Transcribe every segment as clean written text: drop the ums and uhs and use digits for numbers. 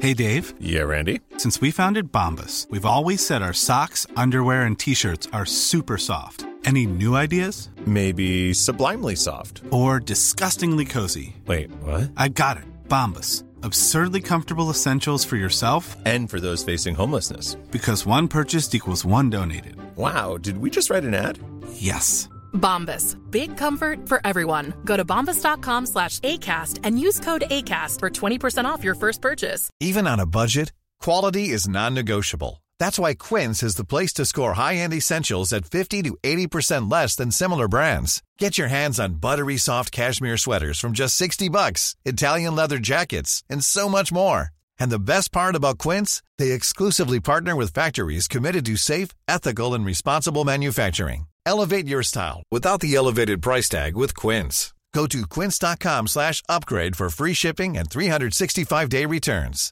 Hey, Dave. Yeah, Randy. Since we founded Bombas, we've always said our socks, underwear, and T-shirts are super soft. Any new ideas? Maybe sublimely soft. Or disgustingly cozy? Wait, what? I got it. Bombas. Absurdly comfortable essentials for yourself And for those facing homelessness. Because one purchased equals one donated. Wow, did we just write an ad? Yes. Bombas. Big comfort for everyone. Go to bombas.com/ACAST and use code ACAST for 20% off your first purchase. Even on a budget, quality is non-negotiable. That's why Quince is the place to score high-end essentials at 50 to 80% less than similar brands. Get your hands on buttery soft cashmere sweaters from just $60, Italian leather jackets, and so much more. And the best part about Quince, they exclusively partner with factories committed to safe, ethical, and responsible manufacturing. Elevate your style without the elevated price tag with Quince. Go to quince.com/upgrade for free shipping and 365-day returns.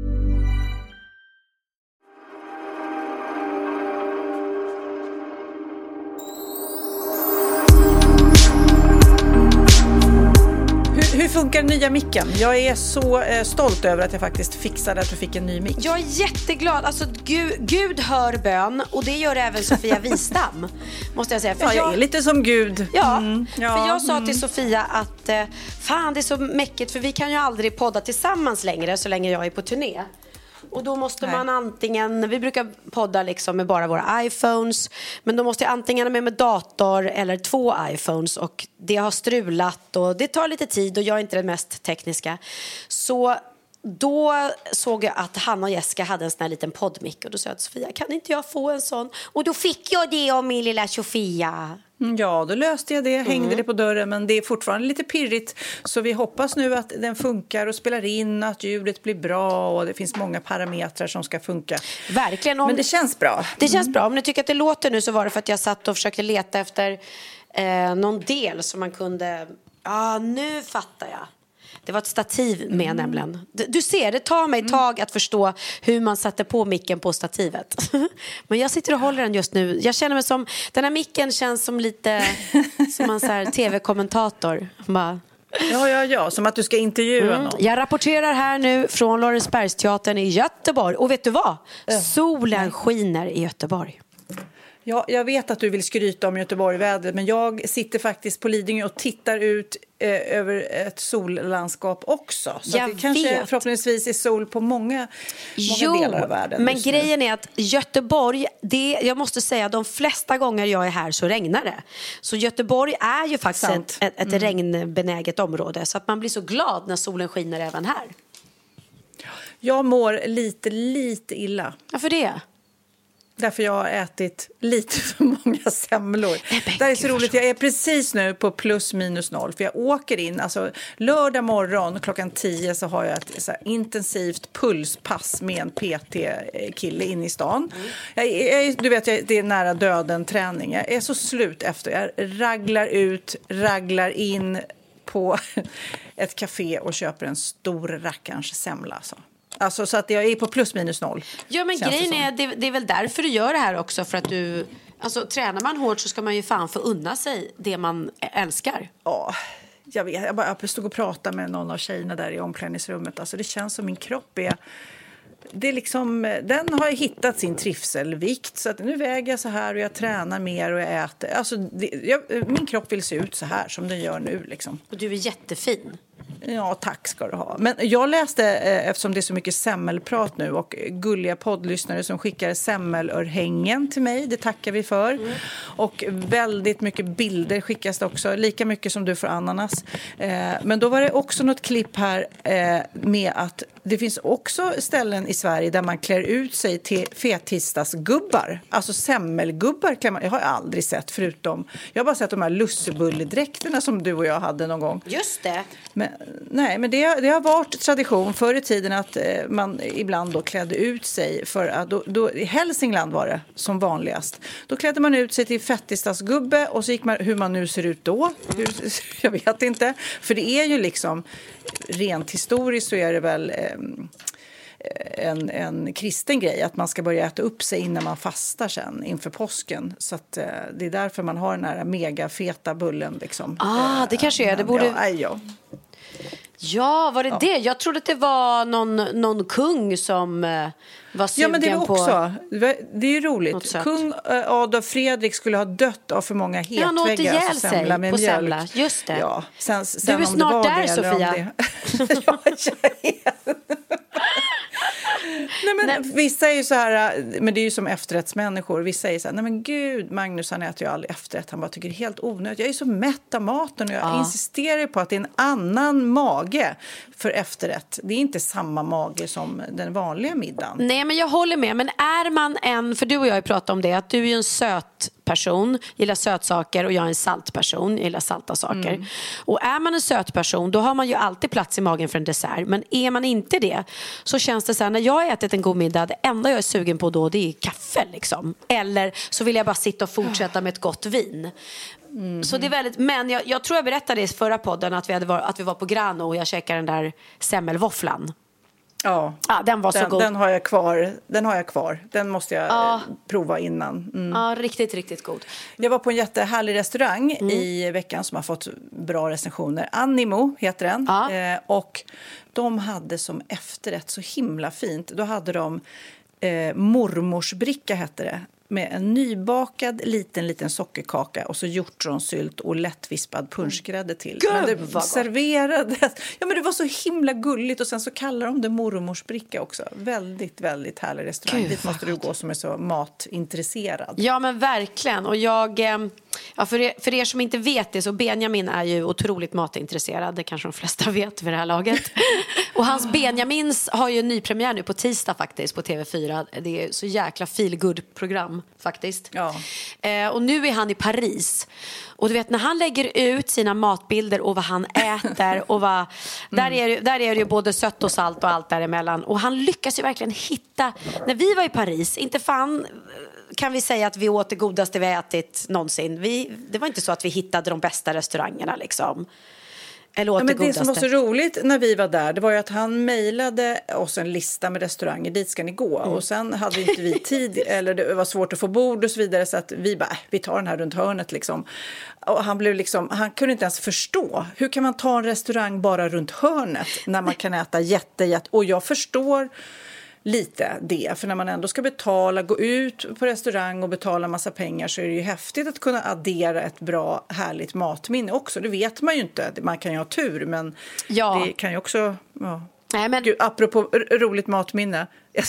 Hur funkar nya micken? Jag är så stolt över att jag faktiskt fixade att du fick en ny mick. Jag är jätteglad. Alltså, Gud hör bön. Och det gör även Sofia Wistam, måste jag säga. För jag är lite som Gud. Ja, för jag sa till Sofia att fan, det är så mäckigt. För vi kan ju aldrig podda tillsammans längre så länge jag är på turné. Och då måste man antingen, vi brukar podda liksom med bara våra iPhones, men då måste jag antingen ha med dator eller 2 iPhones, och det har strulat och det tar lite tid och jag är inte den mest tekniska. Så då såg jag att Hanna och Jessica hade en sån här liten poddmick, och då sa jag till Sofia, kan inte jag få en sån? Och då fick jag det av min lilla Sofia. Ja, då löste jag det, hängde det på dörren, men det är fortfarande lite pirrigt. Så vi hoppas nu att den funkar och spelar in, att ljudet blir bra, och det finns många parametrar som ska funka. Verkligen. Men det känns bra. Det känns bra. Om ni tycker att det låter nu, så var det för att jag satt och försökte leta efter någon del som man kunde... Ja, nu fattar jag. Det var ett stativ med nämligen. Du ser, det tar mig ett tag att förstå hur man satte på micken på stativet. Men jag sitter och håller den just nu. Jag känner mig som, den här micken känns som lite som en så här tv-kommentator. Bara... Ja, som att du ska intervjua någon. Jag rapporterar här nu från Lorensbergsteatern i Göteborg. Och vet du vad? Solen skiner i Göteborg. Ja, jag vet att du vill skryta om Göteborg-vädret, men jag sitter faktiskt på Lidingö och tittar ut över ett sollandskap också. Så att det kanske förhoppningsvis är sol på många delar av världen. Men grejen är att Göteborg, jag måste säga, de flesta gånger jag är här så regnar det. Så Göteborg är ju faktiskt ett regnbenäget område, så att man blir så glad när solen skiner även här. Jag mår lite illa. Varför det? Därför jag har ätit lite för många semlor. Det är så roligt. Jag är precis nu på +-0. För jag åker in, alltså lördag morgon klockan 10 så har jag ett så här intensivt pulspass med en PT-kille inne i stan. Du vet, det är nära döden träning. Jag är så slut efter. Jag raglar in på ett café och köper en stor rackarns semla. Alltså så att jag är på +-0. Ja, men grejen är, det är väl därför du gör det här också. För att du, alltså tränar man hårt så ska man ju fan få unna sig det man älskar. Ja, jag vet. Jag stod och pratade med någon av tjejerna där i omklädningsrummet. Alltså det känns som min kropp är... Det är liksom, den har hittat sin trivselvikt, så att nu väger jag så här och jag tränar mer och jag äter. Alltså min kropp vill se ut så här som den gör nu liksom. Och du är jättefin. Ja, tack ska du ha. Men jag läste, eftersom det är så mycket semmelprat nu och gulliga poddlyssnare som skickar semmelörhängen till mig, det tackar vi för. Och väldigt mycket bilder skickas det också, lika mycket som du får ananas. Men då var det också något klipp här med att det finns också ställen i Sverige där man klär ut sig till fetisdagsgubbar. Alltså semmelgubbar klär man. Jag har aldrig sett förutom... Jag har bara sett de här lussebulledräkterna som du och jag hade någon gång. Just det. Men det har varit tradition förr i tiden att man ibland då klädde ut sig för att då i Hälsingland var det som vanligast. Då klädde man ut sig till fetisdagsgubbe och så gick man, hur man nu ser ut då. Jag vet inte. För det är ju liksom rent historiskt så är det väl en kristen grej att man ska börja äta upp sig innan man fastar sen inför påsken. Så att det är därför man har den här mega feta bullen liksom. Det kanske är. Det borde... Ja. Ja, var det det? Jag trodde att det var någon kung som var sugen på... Ja, men det var också. Det är ju roligt. Kung Adolf Fredrik skulle ha dött av för många hetväggar. Han åt ihjäl sig semla med på mjölk. semla. Just det. Ja, sen du är snart där, Sofia. Ja, jag är. Nej, men vissa är ju så här, men det är ju som efterrättsmänniskor. Vissa är så här, nej men gud, Magnus han äter ju aldrig efterrätt. Han bara tycker det är helt onödigt. Jag är så mätt av maten och jag insisterar på att det är en annan mage för efterrätt. Det är inte samma mage som den vanliga middagen. Nej, men jag håller med. Men är man för du och jag har ju pratat om det, att du är ju en söt person, gillar sötsaker, och jag är en salt person, gillar salta saker. Och är man en söt person, då har man ju alltid plats i magen för en dessert. Men är man inte det, så känns det så här, när jag har ätit en god middag, det enda jag är sugen på då, det är kaffe liksom. Eller så vill jag bara sitta och fortsätta med ett gott vin. Så det är väldigt, men jag tror jag berättade i förra podden att vi var på Grano och jag käkade den där semmelvåfflan. Ja, den var så god. Den har jag kvar. Den måste jag prova innan. Ja, riktigt, riktigt god. Jag var på en jättehärlig restaurang i veckan som har fått bra recensioner. Animo heter den. Och de hade som efterrätt så himla fint. Då hade de mormorsbricka hette det. Med en nybakad liten sockerkaka och så hjortronsylt och lättvispad punschgrädde till. Gud, men det serverades. Ja, men det var så himla gulligt, och sen så kallar de det mormorsbricka också. Väldigt, väldigt härlig restaurang. Gud, dit måste du gå som är så matintresserad. Ja, men verkligen. Och för er som inte vet det, så Benjamin är ju otroligt matintresserad. Det kanske de flesta vet vid det här laget. Och hans Benjamins har ju en ny premiär nu på tisdag faktiskt på TV4. Det är så jäkla feel-good-program faktiskt. Ja. Och nu är han i Paris. Och du vet, när han lägger ut sina matbilder och vad han äter och där är det ju både sött och salt och allt däremellan. Och han lyckas ju verkligen hitta, när vi var i Paris, inte fan kan vi säga att vi åt det godaste vi ätit någonsin. Det var inte så att vi hittade de bästa restaurangerna liksom. Eller åt men det som var så roligt när vi var där, det var ju att han mejlade oss en lista med restauranger, dit ska ni gå. Och sen hade inte vi tid, eller det var svårt att få bord och så vidare, så att vi bara, vi tar den här runt hörnet liksom. Och han blev liksom, han kunde inte ens förstå, hur kan man ta en restaurang bara runt hörnet när man kan äta jätte, och jag förstår lite det, för när man ändå ska betala, gå ut på restaurang och betala massa pengar, så är det ju häftigt att kunna addera ett bra, härligt matminne också. Det vet man ju inte, man kan ju ha tur, men det kan ju också... Ja. Nej, men... Gud, apropå roligt matminne,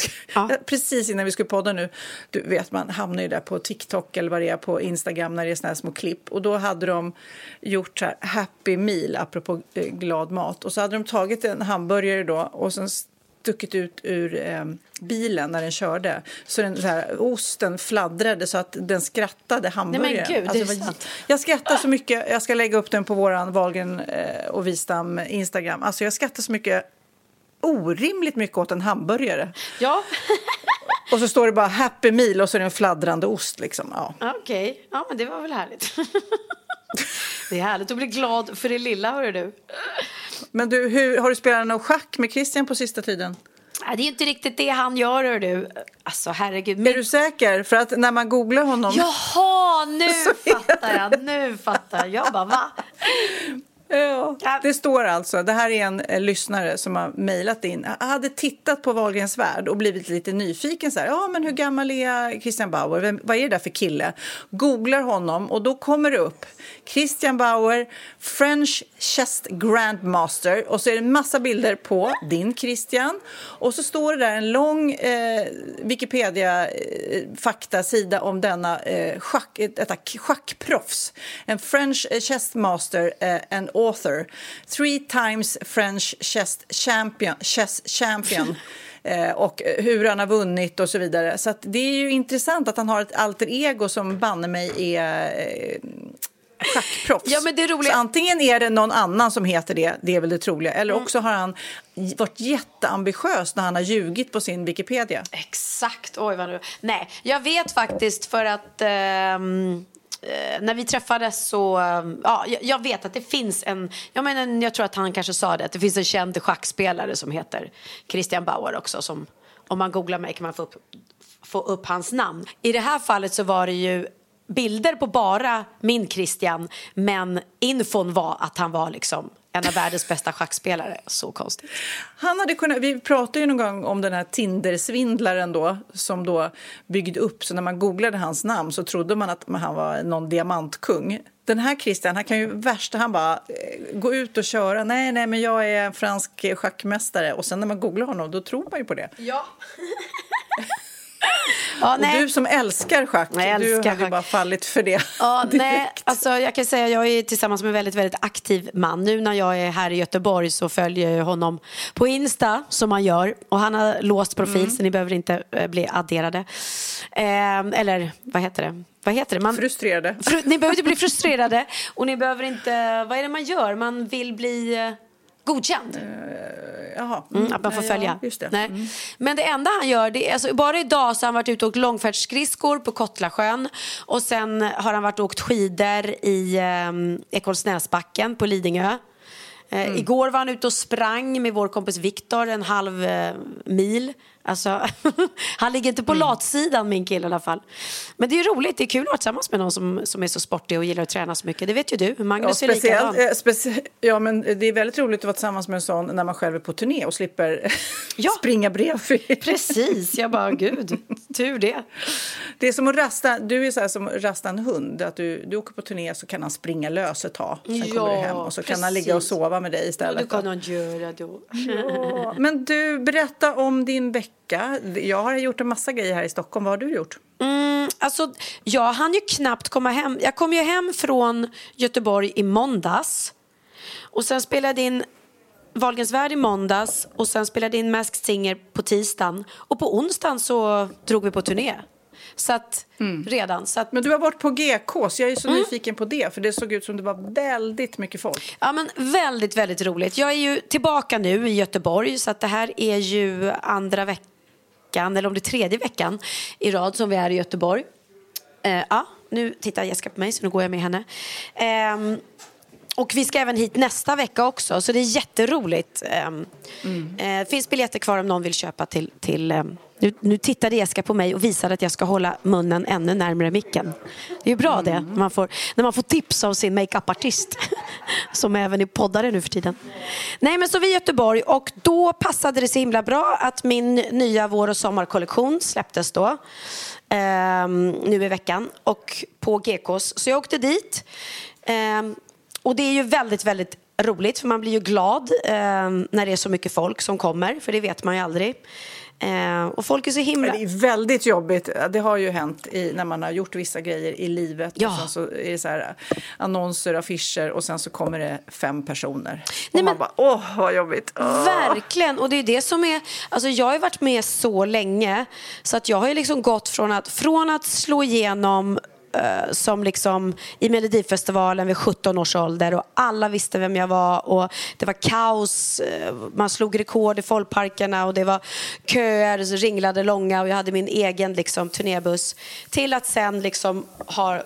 precis innan vi skulle podda nu, du vet, man hamnar ju där på TikTok eller vad det är, på Instagram när det är såna här små klipp, och då hade de gjort så här Happy Meal apropå glad mat, och så hade de tagit en hamburgare då och sen stuckit ut ur bilen när den körde, så den så här, osten fladdrade så att den skrattade, hamburgaren. Nej, men gud, alltså, jag skrattar så mycket. Jag ska lägga upp den på våran Wahlgren och Wistam Instagram. Alltså jag skrattar så mycket, orimligt mycket åt en hamburgare. Ja. Och så står det bara Happy Meal och så är det en fladdrande ost liksom. Ja. Okej. Ja, men det var väl härligt. Det är härligt att bli glad för det lilla, hör du. Men du, har du spelat någon schack med Christian på sista tiden? Nej, det är inte riktigt det han gör, hör du. Alltså, herregud. Men... Är du säker? För att när man googlar honom... Jaha, nu fattar jag. Jag bara, va? Ja, det står alltså, det här är en lyssnare som har mejlat in. Jag hade tittat på Wahlgrens värld och blivit lite nyfiken så här. Ja, men hur gammal är Christian Bauer? Vad är det där för kille? Googlar honom och då kommer det upp Christian Bauer, French Chess Grandmaster, och så är det en massa bilder på din Christian, och så står det där en lång Wikipedia faktasida om denna schackproffs. En French Chess Master, en author, 3 times French chess champion och hur han har vunnit och så vidare. Så att det är ju intressant att han har ett alter ego som banne mig är schackproffs. Ja, men det är roligt. Så antingen är det någon annan som heter det är väl det troliga, eller också har han varit jätteambitiös när han har ljugit på sin Wikipedia. Exakt, oj vad nu. Nej, jag vet faktiskt för att när vi träffades så jag vet att det finns jag tror att han kanske sa det, att det finns en känd schackspelare som heter Christian Bauer också, som om man googlar mig kan man få upp hans namn. I det här fallet så var det ju bilder på bara min Christian, men infon var att han var liksom en av världens bästa schackspelare. Så konstigt. Han hade kunnat, vi pratade ju någon gång om den här Tinder-svindlaren då, som då byggde upp, så när man googlade hans namn så trodde man att han var någon diamantkung. Den här Christian, han kan ju värsta, han bara gå ut och köra, nej men jag är en fransk schackmästare, och sen när man googlar honom då tror man ju på det. Ja. Och du som älskar schack, du hade ju bara fallit för det. Ja, nej, alltså jag kan säga jag är tillsammans med en väldigt, väldigt aktiv man. Nu när jag är här i Göteborg så följer jag honom på Insta som man gör. Och han har låst profil så ni behöver inte bli adderade. Eller vad heter det? Frustrerade. Ni behöver inte bli frustrerade. Och ni behöver inte, vad är det man gör? Man vill bli godkänd. Att man får följa. Just det. Nej. Men det enda han gör, det är, alltså, bara idag så har han varit ute och åkt långfärdsskridskor på Kottlasjön. Och sen har han varit och åkt skidor i Ekolsnäsbacken på Lidingö. Igår var han ute och sprang med vår kompis Viktor en halv mil. Alltså, han ligger inte på latsidan, min kille i alla fall. Men det är ju roligt, det är kul att vara tillsammans med någon som är så sportig och gillar att träna så mycket. Det vet ju du, Magnus är likadan. Ja, men det är väldigt roligt att vara tillsammans med en sån när man själv är på turné och slipper springa bredvid. Precis, jag bara, gud, tur det. Det är som att rasta, du är så här som att rasta en hund. Att du åker på turné så kan han springa lös ett tag. Sen kommer du hem och så kan han ligga och sova med dig istället. Och det kan han göra då. Ja, men du, berätta om din vecka. Jag har gjort en massa grejer här i Stockholm. Vad har du gjort? Alltså, jag hann ju knappt komma hem. Jag kom ju hem från Göteborg i måndags. Och sen spelade in Wahlgrens värld i måndags. Och sen spelade in Masked Singer på tisdagen. Och på onsdagen så drog vi på turné. Så att, redan. Så att, men du har varit på GK, så jag är så nyfiken på det. För det såg ut som det var väldigt mycket folk. Ja, men väldigt, väldigt roligt. Jag är ju tillbaka nu i Göteborg. Så att det här är ju andra veckan, eller om det är tredje veckan i rad som vi är i Göteborg. Nu tittar Jessica på mig, så nu går jag med henne. Och vi ska även hit nästa vecka också. Så det är jätteroligt. Det finns biljetter kvar om någon vill köpa till nu tittade Jessica på mig och visade att jag ska hålla munnen ännu närmare micken. Det är ju bra det. När man får tips av sin make-up-artist. Som även är poddare nu för tiden. Nej, men så vi är i Göteborg. Och då passade det så himla bra att min nya vår- och sommarkollektion släpptes då. Nu i veckan. Och på GKs. Så jag åkte dit. Och det är ju väldigt, väldigt roligt. För man blir ju glad när det är så mycket folk som kommer. För det vet man ju aldrig. Och folk är så himla... Det är väldigt jobbigt. Det har ju hänt när man har gjort vissa grejer i livet. Ja. Och sen så är det så här annonser, affischer. Och sen så kommer det 5 personer. Och man bara, vad jobbigt. Verkligen. Och det är det som är... Alltså jag har ju varit med så länge. Så att jag har ju liksom gått från att slå igenom... som liksom i Melodifestivalen vid 17 års ålder och alla visste vem jag var och det var kaos, man slog rekord i folkparkerna och det var köer så ringlade långa och jag hade min egen liksom turnébuss till att sen liksom har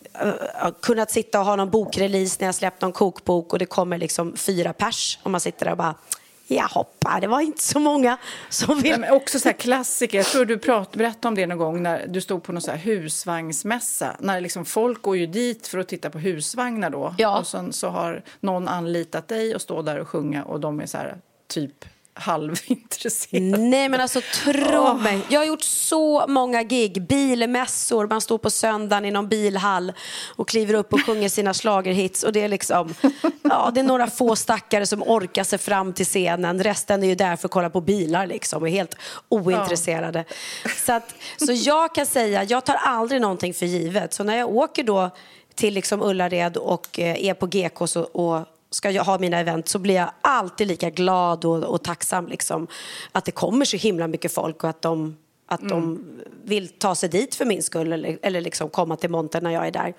kunnat sitta och ha någon bokrelease när jag släppt någon kokbok och det kommer liksom 4 pers och man sitter där och bara jag hoppar, det var inte så många som vill... Men också så här klassiker, jag tror du berättade om det någon gång när du stod på någon så här husvagnsmässa, när liksom folk går ju dit för att titta på husvagnar då, och sen så har någon anlitat dig och står där och sjunga och de är så här typ halvintresserad. Nej, men alltså tro mig. Jag har gjort så många gig, bilmässor, man står på söndagen i någon bilhall och kliver upp och sjunger sina schlagerhits och det är liksom det är några få stackare som orkar sig fram till scenen. Resten är ju där för att kolla på bilar liksom och är helt ointresserade. Så jag kan säga, jag tar aldrig någonting för givet. Så när jag åker då till liksom Ullared och är på GK och ska jag ha mina event så blir jag alltid lika glad och tacksam liksom, att det kommer så himla mycket folk och att de vill ta sig dit för min skull eller liksom komma till montern när jag är där.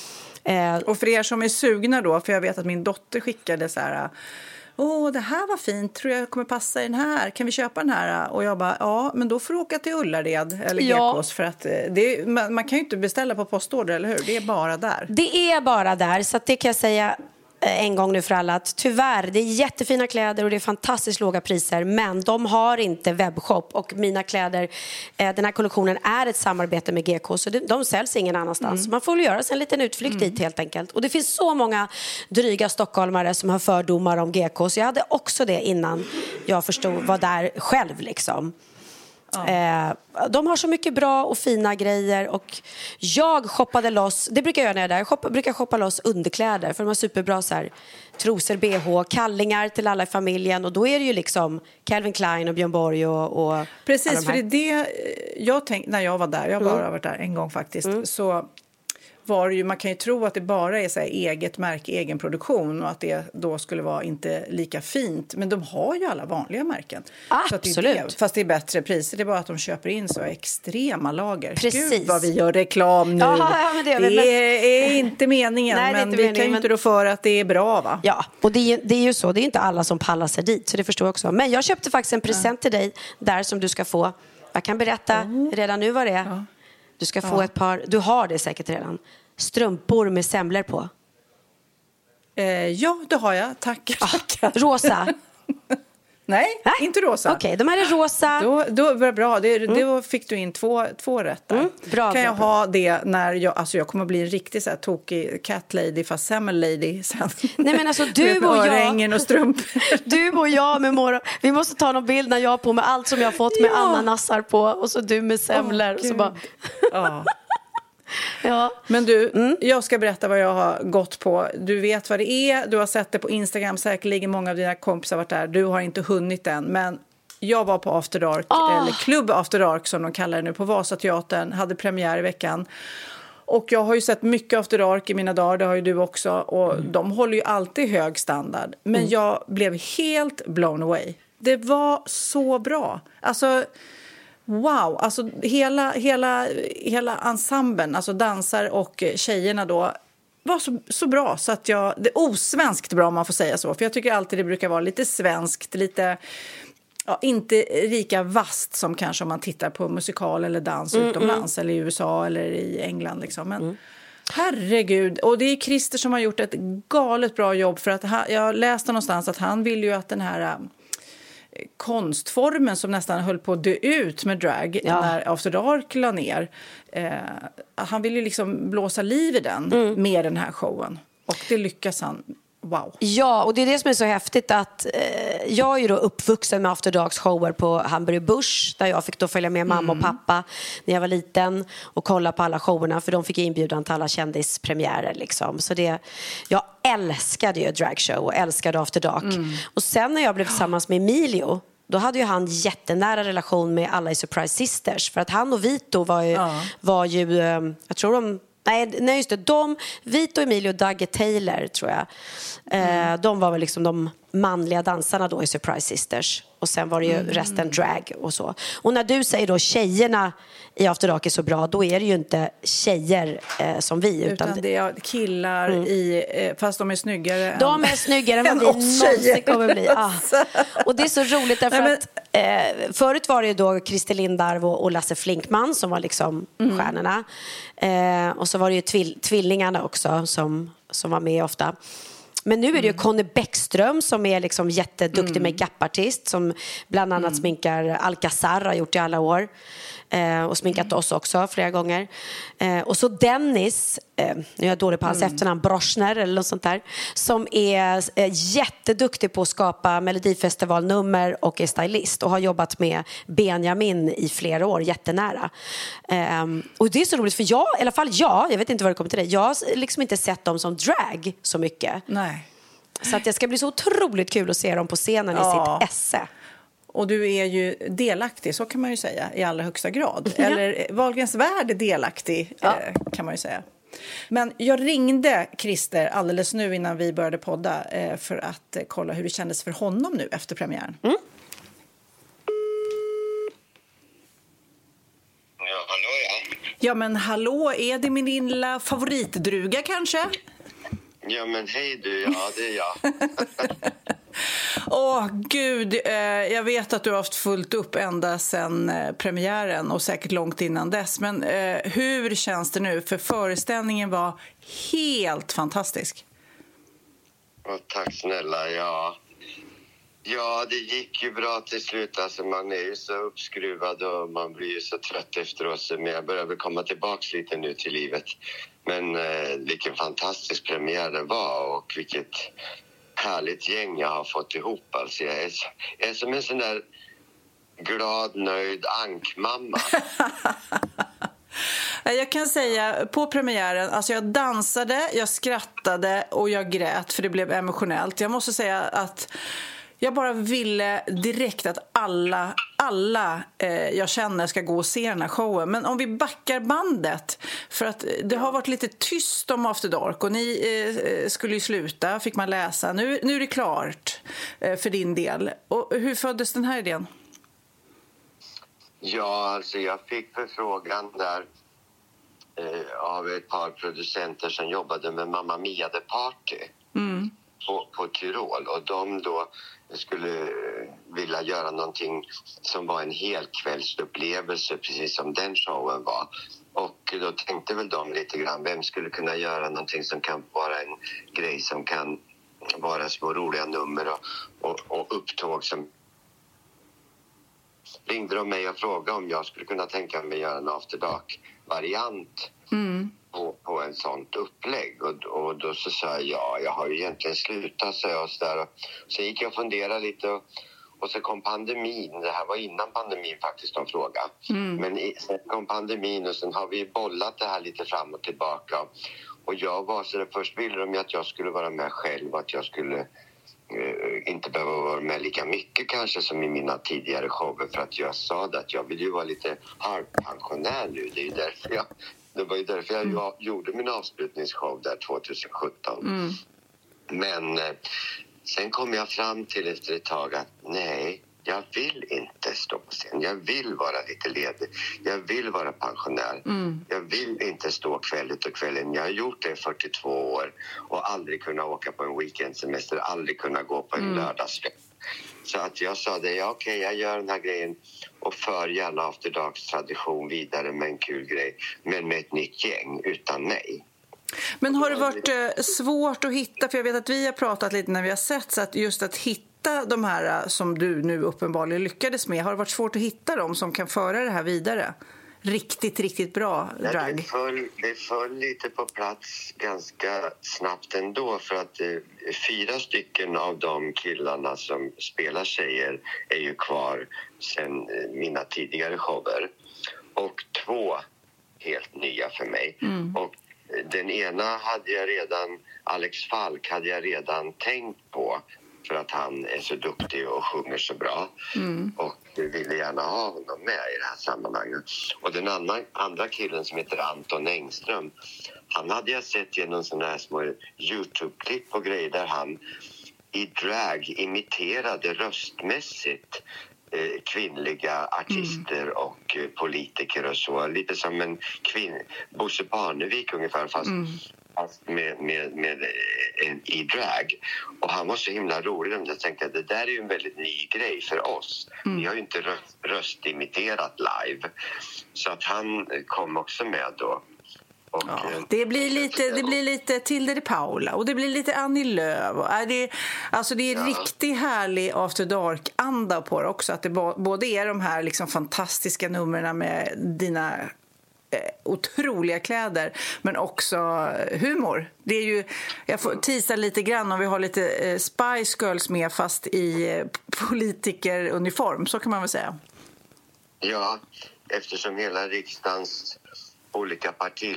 Och för er som är sugna då, för jag vet att min dotter skickade så här: det här var fint, tror jag kommer passa i den här, kan vi köpa den här? Och jag bara, men då får du åka till Ullared eller GKs för att man kan ju inte beställa på postorder, eller hur? Det är bara där. Det är bara där, så att det kan jag säga. en gång nu för alla att tyvärr, det är jättefina kläder och det är fantastiskt låga priser, men de har inte webbshop, och mina kläder, den här kollektionen är ett samarbete med GK, så de säljs ingen annanstans. Man får göra sig en liten utflykt dit helt enkelt. Och det finns så många dryga stockholmare som har fördomar om GK, så jag hade också det innan jag förstod vad där själv liksom. De har så mycket bra och fina grejer, och jag shoppade loss, det brukar jag göra när jag är där, jag brukar shoppa loss underkläder, för de har superbra så här, trosor, BH, kallingar till alla i familjen, och då är det ju liksom Calvin Klein och Björn Borg och precis, för det är det jag tänkte när jag var där, jag har bara varit där en gång faktiskt, så var det ju, man kan ju tro att det bara är så här eget märke, egen produktion, och att det då skulle vara inte lika fint. Men de har ju alla vanliga märken. Absolut. Så att det, fast det är bättre priser. Det är bara att de köper in så extrema lager. Precis. Gud vad vi gör reklam nu. Men det är inte meningen. Nej, men inte vi meningen, kan ju inte då för att det är bra, va? Ja, och det är ju så. Det är inte alla som pallar sig dit, så det förstår jag också. Men jag köpte faktiskt en present till dig där som du ska få. Jag kan berätta redan nu vad det är. Ja. Du ska få ett par, du har det säkert redan, strumpor med semlor på. Ja, det har jag. Tack. Rosa. Nej, inte rosa. Okej, de här är rosa. Då var det bra. Då fick du in två rätt där. Bra, kan jag ha det när jag kommer bli en riktig så här tokig cat lady fast semmel lady sen. Nej, men alltså du med och jag. Örhängen och strumpor. Du och jag med morgon. Vi måste ta någon bild när jag har på med allt som jag har fått med ananassar på, och så du med semlor. Och så bara... Ja. Men du, jag ska berätta vad jag har gått på. Du vet vad det är, du har sett det på Instagram, säkerligen många av dina kompisar har varit där. Du har inte hunnit än, men jag var på After Dark, eller Klubb After Dark som de kallar det nu, på Vasateatern, hade premiär i veckan. Och jag har ju sett mycket After Dark i mina dagar, det har ju du också, och de håller ju alltid hög standard. Men jag blev helt blown away. Det var så bra. Alltså... Wow, alltså hela ensemblen, alltså dansare och tjejerna då, var så bra så att det är osvenskt bra om man får säga så. För jag tycker alltid det brukar vara lite svenskt, lite, inte lika vast som kanske om man tittar på musikal eller dans utomlands eller i USA eller i England liksom. Men herregud, och det är Christer som har gjort ett galet bra jobb, för att jag läste någonstans att han vill ju att den här... konstformen som nästan höll på att dö ut med drag när After Dark la ner. Han ville liksom blåsa liv i den med den här showen. Och det lyckas han. Wow. Ja, och det är det som är så häftigt att jag är ju då uppvuxen med After Darks shower på Hamburger Börs, där jag fick då följa med mamma och pappa när jag var liten och kolla på alla showerna, för de fick inbjudan till alla kändispremiärer liksom. Så jag älskade ju dragshow och älskade After Dark. Och sen när jag blev tillsammans med Emilio, då hade ju han jättenära relation med alla i Surprise Sisters, för att han och Vito var ju jag tror de... Nej, just det. Vito, Emilio och Dagge Taylor, tror jag. De var väl liksom de manliga dansarna då i Surprise Sisters. Och sen var det ju resten drag och så. Och när du säger då tjejerna i After Dark är så bra, då är det ju inte tjejer som vi. Utan det är killar fast de är snyggare. De är snyggare än vad vi någonsin kommer bli. Och det är så roligt därför att förut var det ju då Christer Lindarw och Lasse Flinkman som var liksom stjärnorna. Och så var det ju tvillingarna också som var med ofta. Men nu är det ju Conny Bäckström som är liksom jätteduktig make-up-artist, som bland annat sminkar Alcazar, har gjort i alla år. Och sminkat oss också flera gånger. Och så Dennis, nu är jag dålig på hans efternamn, Broschner eller något sånt där, som är jätteduktig på att skapa Melodifestivalnummer och är stylist och har jobbat med Benjamin i flera år, jättenära. Och det är så roligt, för i alla fall jag vet inte vad det kommer till dig, jag har liksom inte sett dem som drag så mycket. Nej. Så att det ska bli så otroligt kul att se dem på scenen i sitt esse. Och du är ju delaktig, så kan man ju säga, i allra högsta grad. Eller Wahlgrens värld är delaktig, kan man ju säga. Men jag ringde Christer alldeles nu innan vi började podda för att kolla hur det kändes för honom nu efter premiären. Ja, hallå ja. Ja, men hallå, är det min lilla favoritdruga kanske? Ja, men hej du, ja det är jag. Gud, jag vet att du har haft fullt upp ända sedan premiären och säkert långt innan dess. Men hur känns det nu? För föreställningen var helt fantastisk. Tack snälla, ja. Ja, det gick ju bra till slut. Alltså, man är ju så uppskruvad och man blir ju så trött efteråt. Men jag börjar väl komma tillbaka lite nu till livet. Men vilken fantastisk premiär det var och vilket härligt gäng jag har fått ihop. Alltså, jag är som en sån där glad, nöjd ankmamma. Jag kan säga, på premiären, alltså jag dansade, jag skrattade och jag grät för det blev emotionellt. Jag måste säga att jag bara ville direkt att alla jag känner ska gå och se den här showen. Men om vi backar bandet, för att det har varit lite tyst om After Dark och ni skulle ju sluta, fick man läsa. Nu är det klart för din del. Och hur föddes den här idén? Ja, alltså jag fick förfrågan där av ett par producenter som jobbade med Mamma Mia The Party på Tyrol. Och de då skulle vilja göra någonting som var en helkvällsupplevelse, precis som den showen var. Och då tänkte väl de lite grann, vem skulle kunna göra någonting som kan vara en grej som kan vara små roliga nummer och upptåg som... Ringde de mig och frågade om jag skulle kunna tänka mig göra en After Dark-variant på en sånt upplägg. Och då så sa jag har ju egentligen slutat, så jag så där. Och så gick jag och funderade lite och så kom pandemin. Det här var innan pandemin faktiskt, de frågade. Men sen kom pandemin och sen har vi bollat det här lite fram och tillbaka. Och jag var så där, först ville de att jag skulle vara med själv, att jag skulle... inte behöva vara med lika mycket kanske som i mina tidigare shower, för att jag sa att jag vill ju vara lite halvpensionär nu. Det var ju därför jag gjorde min avslutningsshow där 2017. Men sen kom jag fram till efter ett tag att nej, jag vill inte stå på scen. Jag vill vara lite ledig. Jag vill vara pensionär. Jag vill inte stå kväll ut och kvällen. Jag har gjort det i 42 år och aldrig kunna åka på en weekendsemester. Aldrig kunna gå på en lördagskväll. Så att jag sa det, okej, jag gör den här grejen och för gärna After Darks tradition vidare med en kul grej. Men med ett nytt gäng utan mig. Men har det varit svårt att hitta, för jag vet att vi har pratat lite när vi har sett, så att just att hitta de här som du nu uppenbarligen lyckades med, har det varit svårt att hitta dem som kan föra det här vidare? Riktigt bra drag. Det föll lite på plats ganska snabbt ändå, för att 4 stycken av de killarna som spelar tjejer är ju kvar sedan mina tidigare shower. Och 2 helt nya för mig. Och den ena Alex Falk hade jag redan tänkt på, för att han är så duktig och sjunger så bra. Och vi ville gärna ha honom med i det här sammanhanget. Och den andra killen som heter Anton Engström, han hade jag sett genom sådana här små YouTube-klipp och grejer där han i drag imiterade röstmässigt kvinnliga artister och politiker och så. Lite som en Bosse Parnevik ungefär, fast med i drag. Och han var så himla rolig. Jag tänkte att det där är ju en väldigt ny grej för oss. Vi har ju inte röstimiterat live. Så att han kom också med då. Och, det blir lite Tilde de Paula och det blir lite Annie Lööf. Det är riktigt härlig After Dark-anda på det också. Att det både är de här liksom fantastiska numren med dina otroliga kläder, men också humor. Det är ju, jag får tisa lite grann om vi har lite Spice Girls med, fast i politikeruniform, så kan man väl säga. Ja, eftersom hela riksdagens olika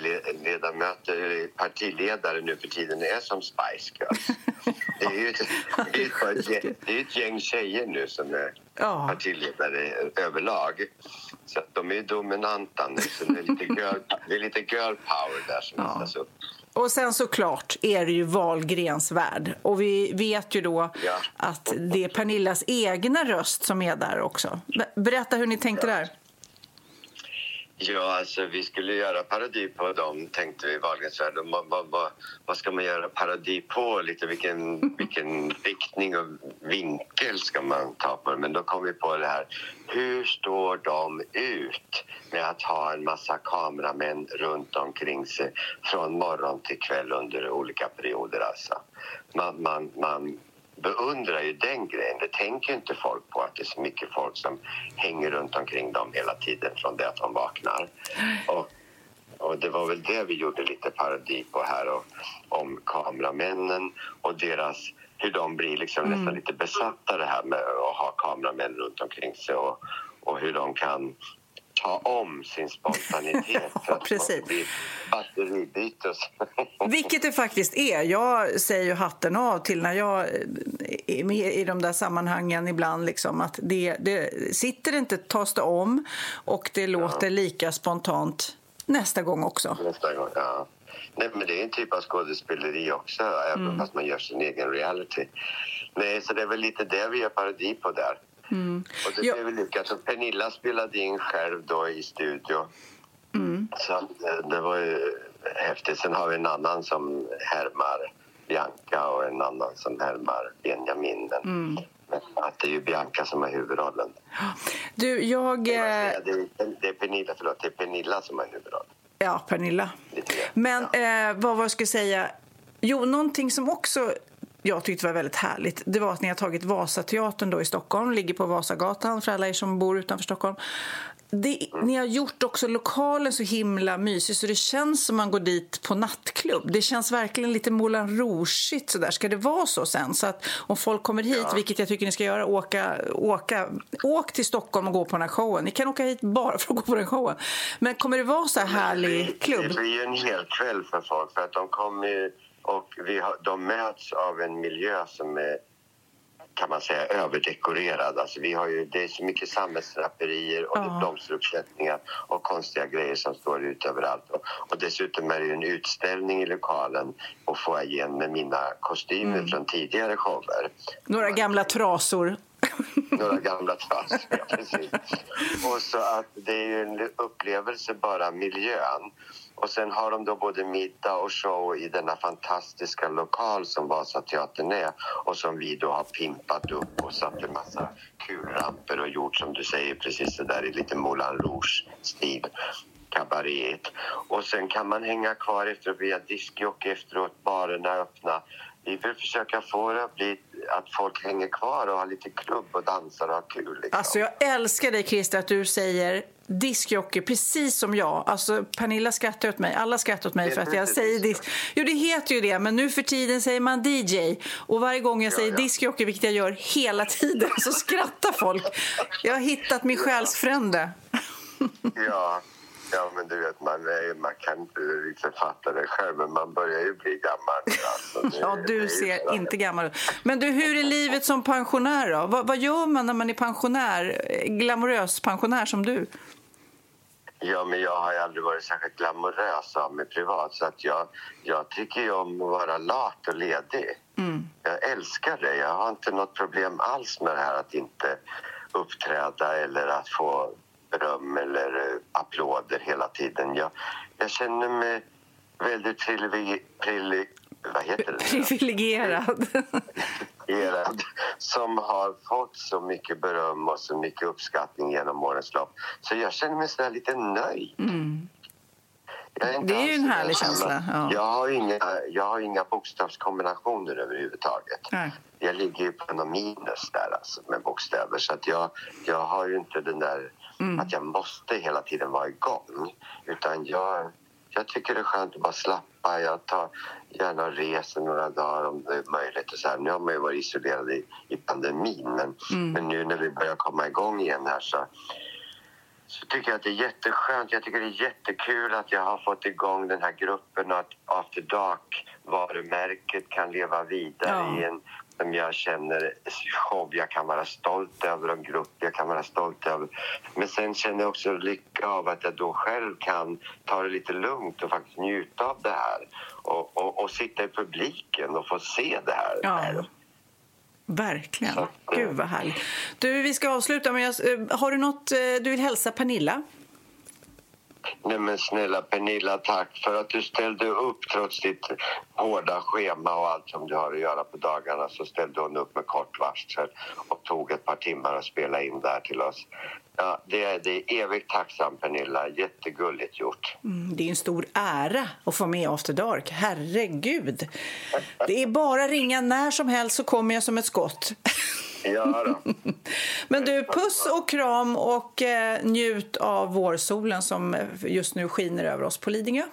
partiledare nu för tiden är som Spice Girls. Det är ju ett gäng tjejer nu som är partiledare överlag. Så att de är dominanta nu. Så det är lite girl power där som visas upp. Och sen såklart är det ju Wahlgrens värld. Och vi vet ju då att det är Pernillas egna röst som är där också. Berätta hur ni tänkte där. Ja, alltså vi skulle göra parodi på dem, tänkte vi i Wahlgrens värld. Vad ska man göra parodi på? Lite vilken riktning och vinkel ska man ta på det? Men då kom vi på det här. Hur står de ut med att ha en massa kameramän runt omkring sig från morgon till kväll under olika perioder. Alltså. Man beundrar ju den grejen. Det tänker ju inte folk på, att det är så mycket folk som hänger runt omkring dem hela tiden från det att de vaknar. Och det var väl det vi gjorde lite parodi på här, och om kameramännen och deras, hur de blir liksom nästan lite besatta det här med att ha kameramän runt omkring sig, och hur de kan ta om sin spontanitet för att precis. Bli batteribyte. Vilket det faktiskt är. Jag säger ju hatten av till när jag är med i de där sammanhangen ibland, liksom, att det sitter inte, tas det om, och det låter lika spontant nästa gång också. Nästa gång, ja. Nej, men det är en typ av skådespeleri också, även fast man gör sin egen reality. Nej, så det är väl lite det vi gör parodi på där. Och det blev väl lyckat. Så Pernilla spelade in själv då i studio. Så det var ju häftigt. Sen har vi en annan som härmar Bianca och en annan som härmar Benjamin. Men att det är ju Bianca som har huvudrollen. Du, det är Pernilla, förlåt. Det är Pernilla som har huvudrollen. Ja, Pernilla. Men vad ska jag säga? Jo, någonting som också jag tyckte var väldigt härligt, det var att ni har tagit Vasateatern då i Stockholm, ligger på Vasagatan för alla er som bor utanför Stockholm. Ni har gjort också lokalen så himla mysig så det känns som man går dit på nattklubb. Det känns verkligen lite Moulin Rouge-igt så där. Ska det vara så sen? Så att om folk kommer hit, vilket jag tycker ni ska göra, åk till Stockholm och gå på den här showen. Ni kan åka hit bara för att gå på den showen. Men kommer det vara så här härlig klubb? Det blir ju en hel kväll för folk, för att de kommer ju, och de möts av en miljö som är, kan man säga, överdekorerad. Alltså det är så mycket samhällsdraperier och det blomsteruppsättningar och konstiga grejer som står ut överallt. Och dessutom är det en utställning i lokalen och få igen med mina kostymer från tidigare shower. Några gamla trasor. Några gamla trasor, ja, precis. Och så att det är ju en upplevelse, bara miljön. Och sen har de då både middag och show i denna fantastiska lokal som Vasateatern är, och som vi då har pimpat upp och satt en massa kulramper och gjort, som du säger, precis det där i lite Moulin Rouge-stil, kabaret. Och sen kan man hänga kvar efteråt via diskjockey efteråt, barerna öppna. Vi vill försöka få det att bli att folk hänger kvar och har lite klubb och dansar och har kul. Liksom. Alltså jag älskar dig, Christer, att du säger diskjockey precis som jag. Alltså Pernilla skrattar åt mig, alla skrattar åt mig för att jag säger disk. Jo, det heter ju det, men nu för tiden säger man DJ. Och varje gång jag säger diskjockey, vilket jag gör hela tiden, så skrattar folk. Jag har hittat min själsfrände. Ja, men du vet, man kan inte liksom fatta det själv, men man börjar ju bli gammal. Alltså, du ser inte gammal ut. Men du, hur är livet som pensionär då? Vad gör man när man är pensionär, glamorös pensionär som du? Ja, men jag har ju aldrig varit särskilt glamorös av mig privat, så att jag tycker ju om att vara lat och ledig. Jag älskar det. Jag har inte något problem alls med det här att inte uppträda eller att få beröm eller applåder hela tiden. Jag känner mig väldigt privilegierad som har fått så mycket beröm och så mycket uppskattning genom årens lopp. Så jag känner mig så lite nöjd. Det är ju en härlig känsla. Ja. Jag har inga bokstavskombinationer överhuvudtaget. Nej. Jag ligger ju på någon minus där, alltså, med bokstäver. Så att jag har ju inte den där att jag måste hela tiden vara igång. Utan jag tycker det är skönt att bara slappa. Jag tar gärna reser några dagar om det är möjligt. Och så här. Nu har man ju varit isolerad i pandemin. Men nu när vi börjar komma igång igen här så tycker jag att det är jätteskönt. Jag tycker det är jättekul att jag har fått igång den här gruppen och att After Dark-varumärket kan leva vidare i en, som jag känner, show jag kan vara stolt över, en grupp jag kan vara stolt över. Men sen känner jag också lycka av att jag då själv kan ta det lite lugnt och faktiskt njuta av det här. Och sitta i publiken och få se det här. Ja. Verkligen. Gud vad härligt. Du, vi ska avsluta, men har du något du vill hälsa Pernilla? Nej, men snälla Pernilla, tack för att du ställde upp trots ditt hårda schema och allt som du har att göra på dagarna. Så ställde hon upp med kort varsel och tog ett par timmar att spela in där till oss. Ja, det är evigt tacksam, Pernilla. Jättegulligt gjort. Det är en stor ära att få med After Dark. Herregud. Det är bara ringa när som helst så kommer jag som ett skott. Ja då. Men du, puss och kram och njut av vårsolen som just nu skiner över oss på Lidingö.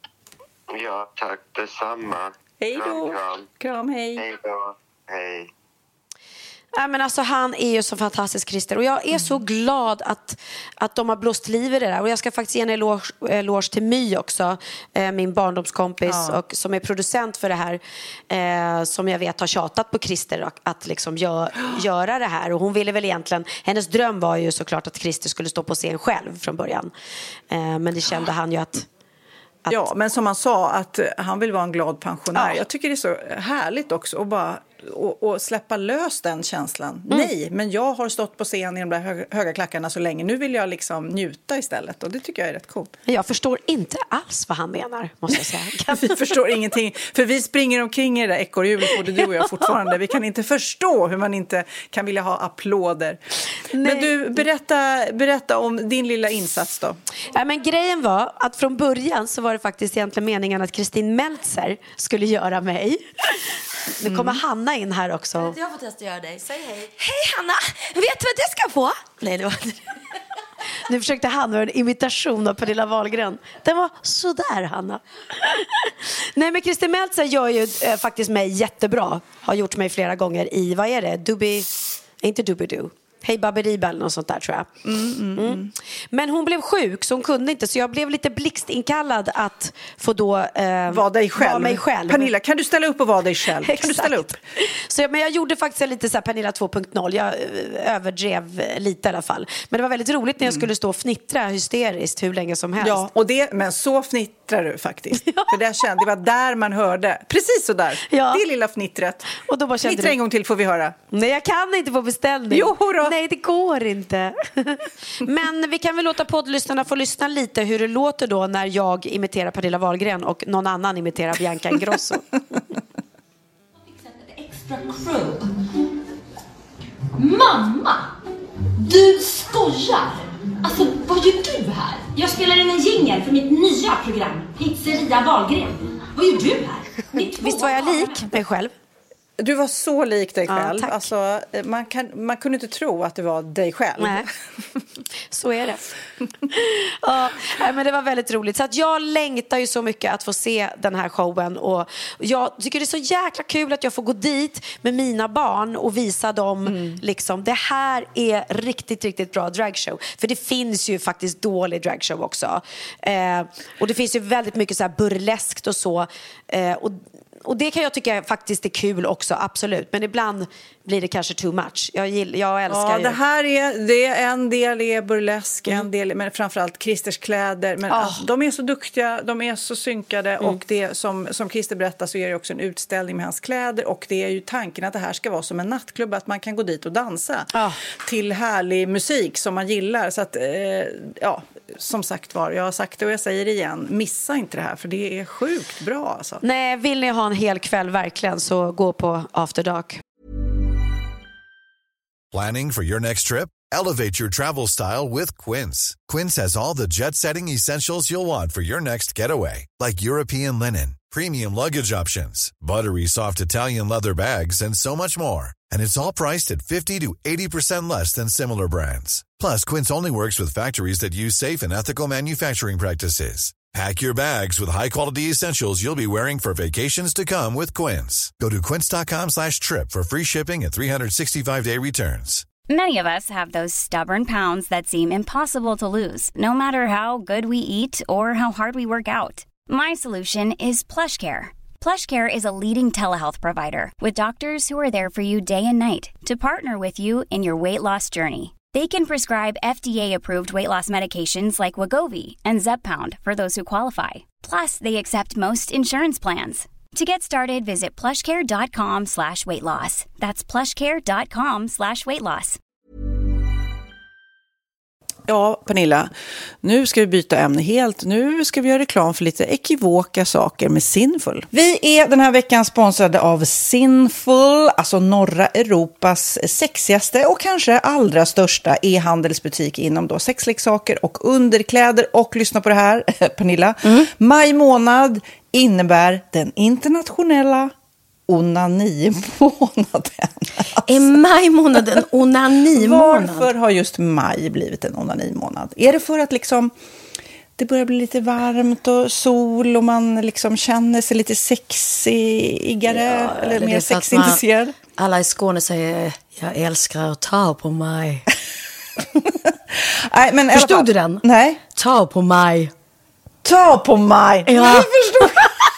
Ja, tack detsamma. Hej då. Kram, hej. Hej då. Hej. Ja, men alltså, han är ju så fantastisk, Christer. Och jag är så glad att de har blåst liv i det där. Och jag ska faktiskt ge en eloge till My också, min barndomskompis och som är producent för det här, som jag vet har tjatat på Christer att liksom göra det här. Och hon ville väl egentligen, hennes dröm var ju såklart att Christer skulle stå på scen själv från början. Men det kände han ju att... Ja, men som han sa, att han vill vara en glad pensionär. Ja. Jag tycker det är så härligt också att bara och släppa lös den känslan. Nej, men jag har stått på scen i de där höga klackarna så länge. Nu vill jag liksom njuta istället och det tycker jag är rätt coolt. Jag förstår inte alls vad han menar, måste jag säga. Vi förstår ingenting, för vi springer omkring i det där ekorrhjulet, både du och jag fortfarande. Vi kan inte förstå hur man inte kan vilja ha applåder. Nej. Men du, berätta om din lilla insats då. Ja, men grejen var att från början så var det faktiskt egentligen meningen att Kristin Meltzer skulle göra mig. Nu kommer Hanna in här också. Jag får testa att göra dig. Säg hej. Hej Hanna, vet du vad jag ska få? Nej, det var inte. Nu försökte Hanna göra en imitation av Pernilla Wahlgren. Den var sådär, Hanna. Nej, men Kristin Meltzer gör ju faktiskt mig jättebra. Har gjort mig flera gånger i, vad är det? Inte Doobie-Doo. Hej Baberiba eller något sånt där, tror jag. Men hon blev sjuk så hon kunde inte. Så jag blev lite blixtinkallad att få då vara mig själv. Pernilla, kan du ställa upp och vara dig själv? Exakt. Kan du ställa upp? Så, men jag gjorde faktiskt lite så här Pernilla 2.0. Jag överdrev lite i alla fall. Men det var väldigt roligt när jag skulle stå och fnittra hysteriskt hur länge som helst. Ja, men så fnittrar du faktiskt. Ja. För det var där man hörde. Precis så där. Ja. Det lilla fnittret. Och då bara fnittra en gång till får vi höra. Nej, jag kan inte få beställning. Jo då. Nej, det går inte. Men vi kan väl låta poddlyssnarna få lyssna lite hur det låter då när jag imiterar Pernilla Wahlgren och någon annan imiterar Bianca Ingrosso. Extra crew. Mamma! Du skojar! Alltså, vad gör du här? Jag spelar in en jingle för mitt nya program, Pizzeria Wahlgren. Vad gör du här? Visst var jag lik mig själv? Du var så lik dig själv. Ja, alltså, man kunde inte tro att det var dig själv. Nej, så är det. Ja, men det var väldigt roligt. Så att jag längtar ju så mycket att få se den här showen. Och jag tycker det är så jäkla kul att jag får gå dit med mina barn och visa dem liksom, det här är riktigt, riktigt bra dragshow. För det finns ju faktiskt dålig dragshow också. Och det finns ju väldigt mycket så här burleskt och så. Och det kan jag tycka faktiskt är kul också, absolut. Men ibland blir det kanske too much. Jag älskar ju. Det här är en del är burlesk, en del, men framförallt Christers kläder. Men de är så duktiga, de är så synkade. Och det som Christer berättar så är det också en utställning med hans kläder. Och det är ju tanken att det här ska vara som en nattklubb. Att man kan gå dit och dansa till härlig musik som man gillar. Så att, som sagt var, jag har sagt det och jag säger det igen. Missa inte det här, för det är sjukt bra alltså. Nej, vill ni ha en hel kväll verkligen så gå på After Dark. Planning for your next trip? Elevate your travel style with Quince. Quince has all the jet-setting essentials you'll want for your next getaway, like European linen, premium luggage options, buttery soft Italian leather bags, and so much more. And it's all priced at 50 to 80% less than similar brands. Plus, Quince only works with factories that use safe and ethical manufacturing practices. Pack your bags with high-quality essentials you'll be wearing for vacations to come with Quince. Go to quince.com/trip for free shipping and 365-day returns. Many of us have those stubborn pounds that seem impossible to lose, no matter how good we eat or how hard we work out. My solution is PlushCare. PlushCare is a leading telehealth provider with doctors who are there for you day and night to partner with you in your weight loss journey. They can prescribe FDA-approved weight loss medications like Wegovy and Zepbound for those who qualify. Plus, they accept most insurance plans. To get started, visit plushcare.com/weightloss. That's plushcare.com/weightloss. Ja, Pernilla, nu ska vi byta ämne helt. Nu ska vi göra reklam för lite ekivoka saker med Sinful. Vi är den här veckan sponsrade av Sinful, alltså norra Europas sexigaste och kanske allra största e-handelsbutik inom då sexleksaker och underkläder. Och lyssna på det här, Pernilla. Maj månad innebär den internationella onanimånaden. Är maj månad en onanimånad? Varför har just maj blivit en onanimånad? Är det för att liksom det börjar bli lite varmt och sol och man liksom känner sig lite sexigare eller mer sexintresserad? Alla i Skåne säger jag älskar att ta på mig. Nej, men förstod du den? Nej. Ta på mig. Ta på mig. Ja. Jag förstod.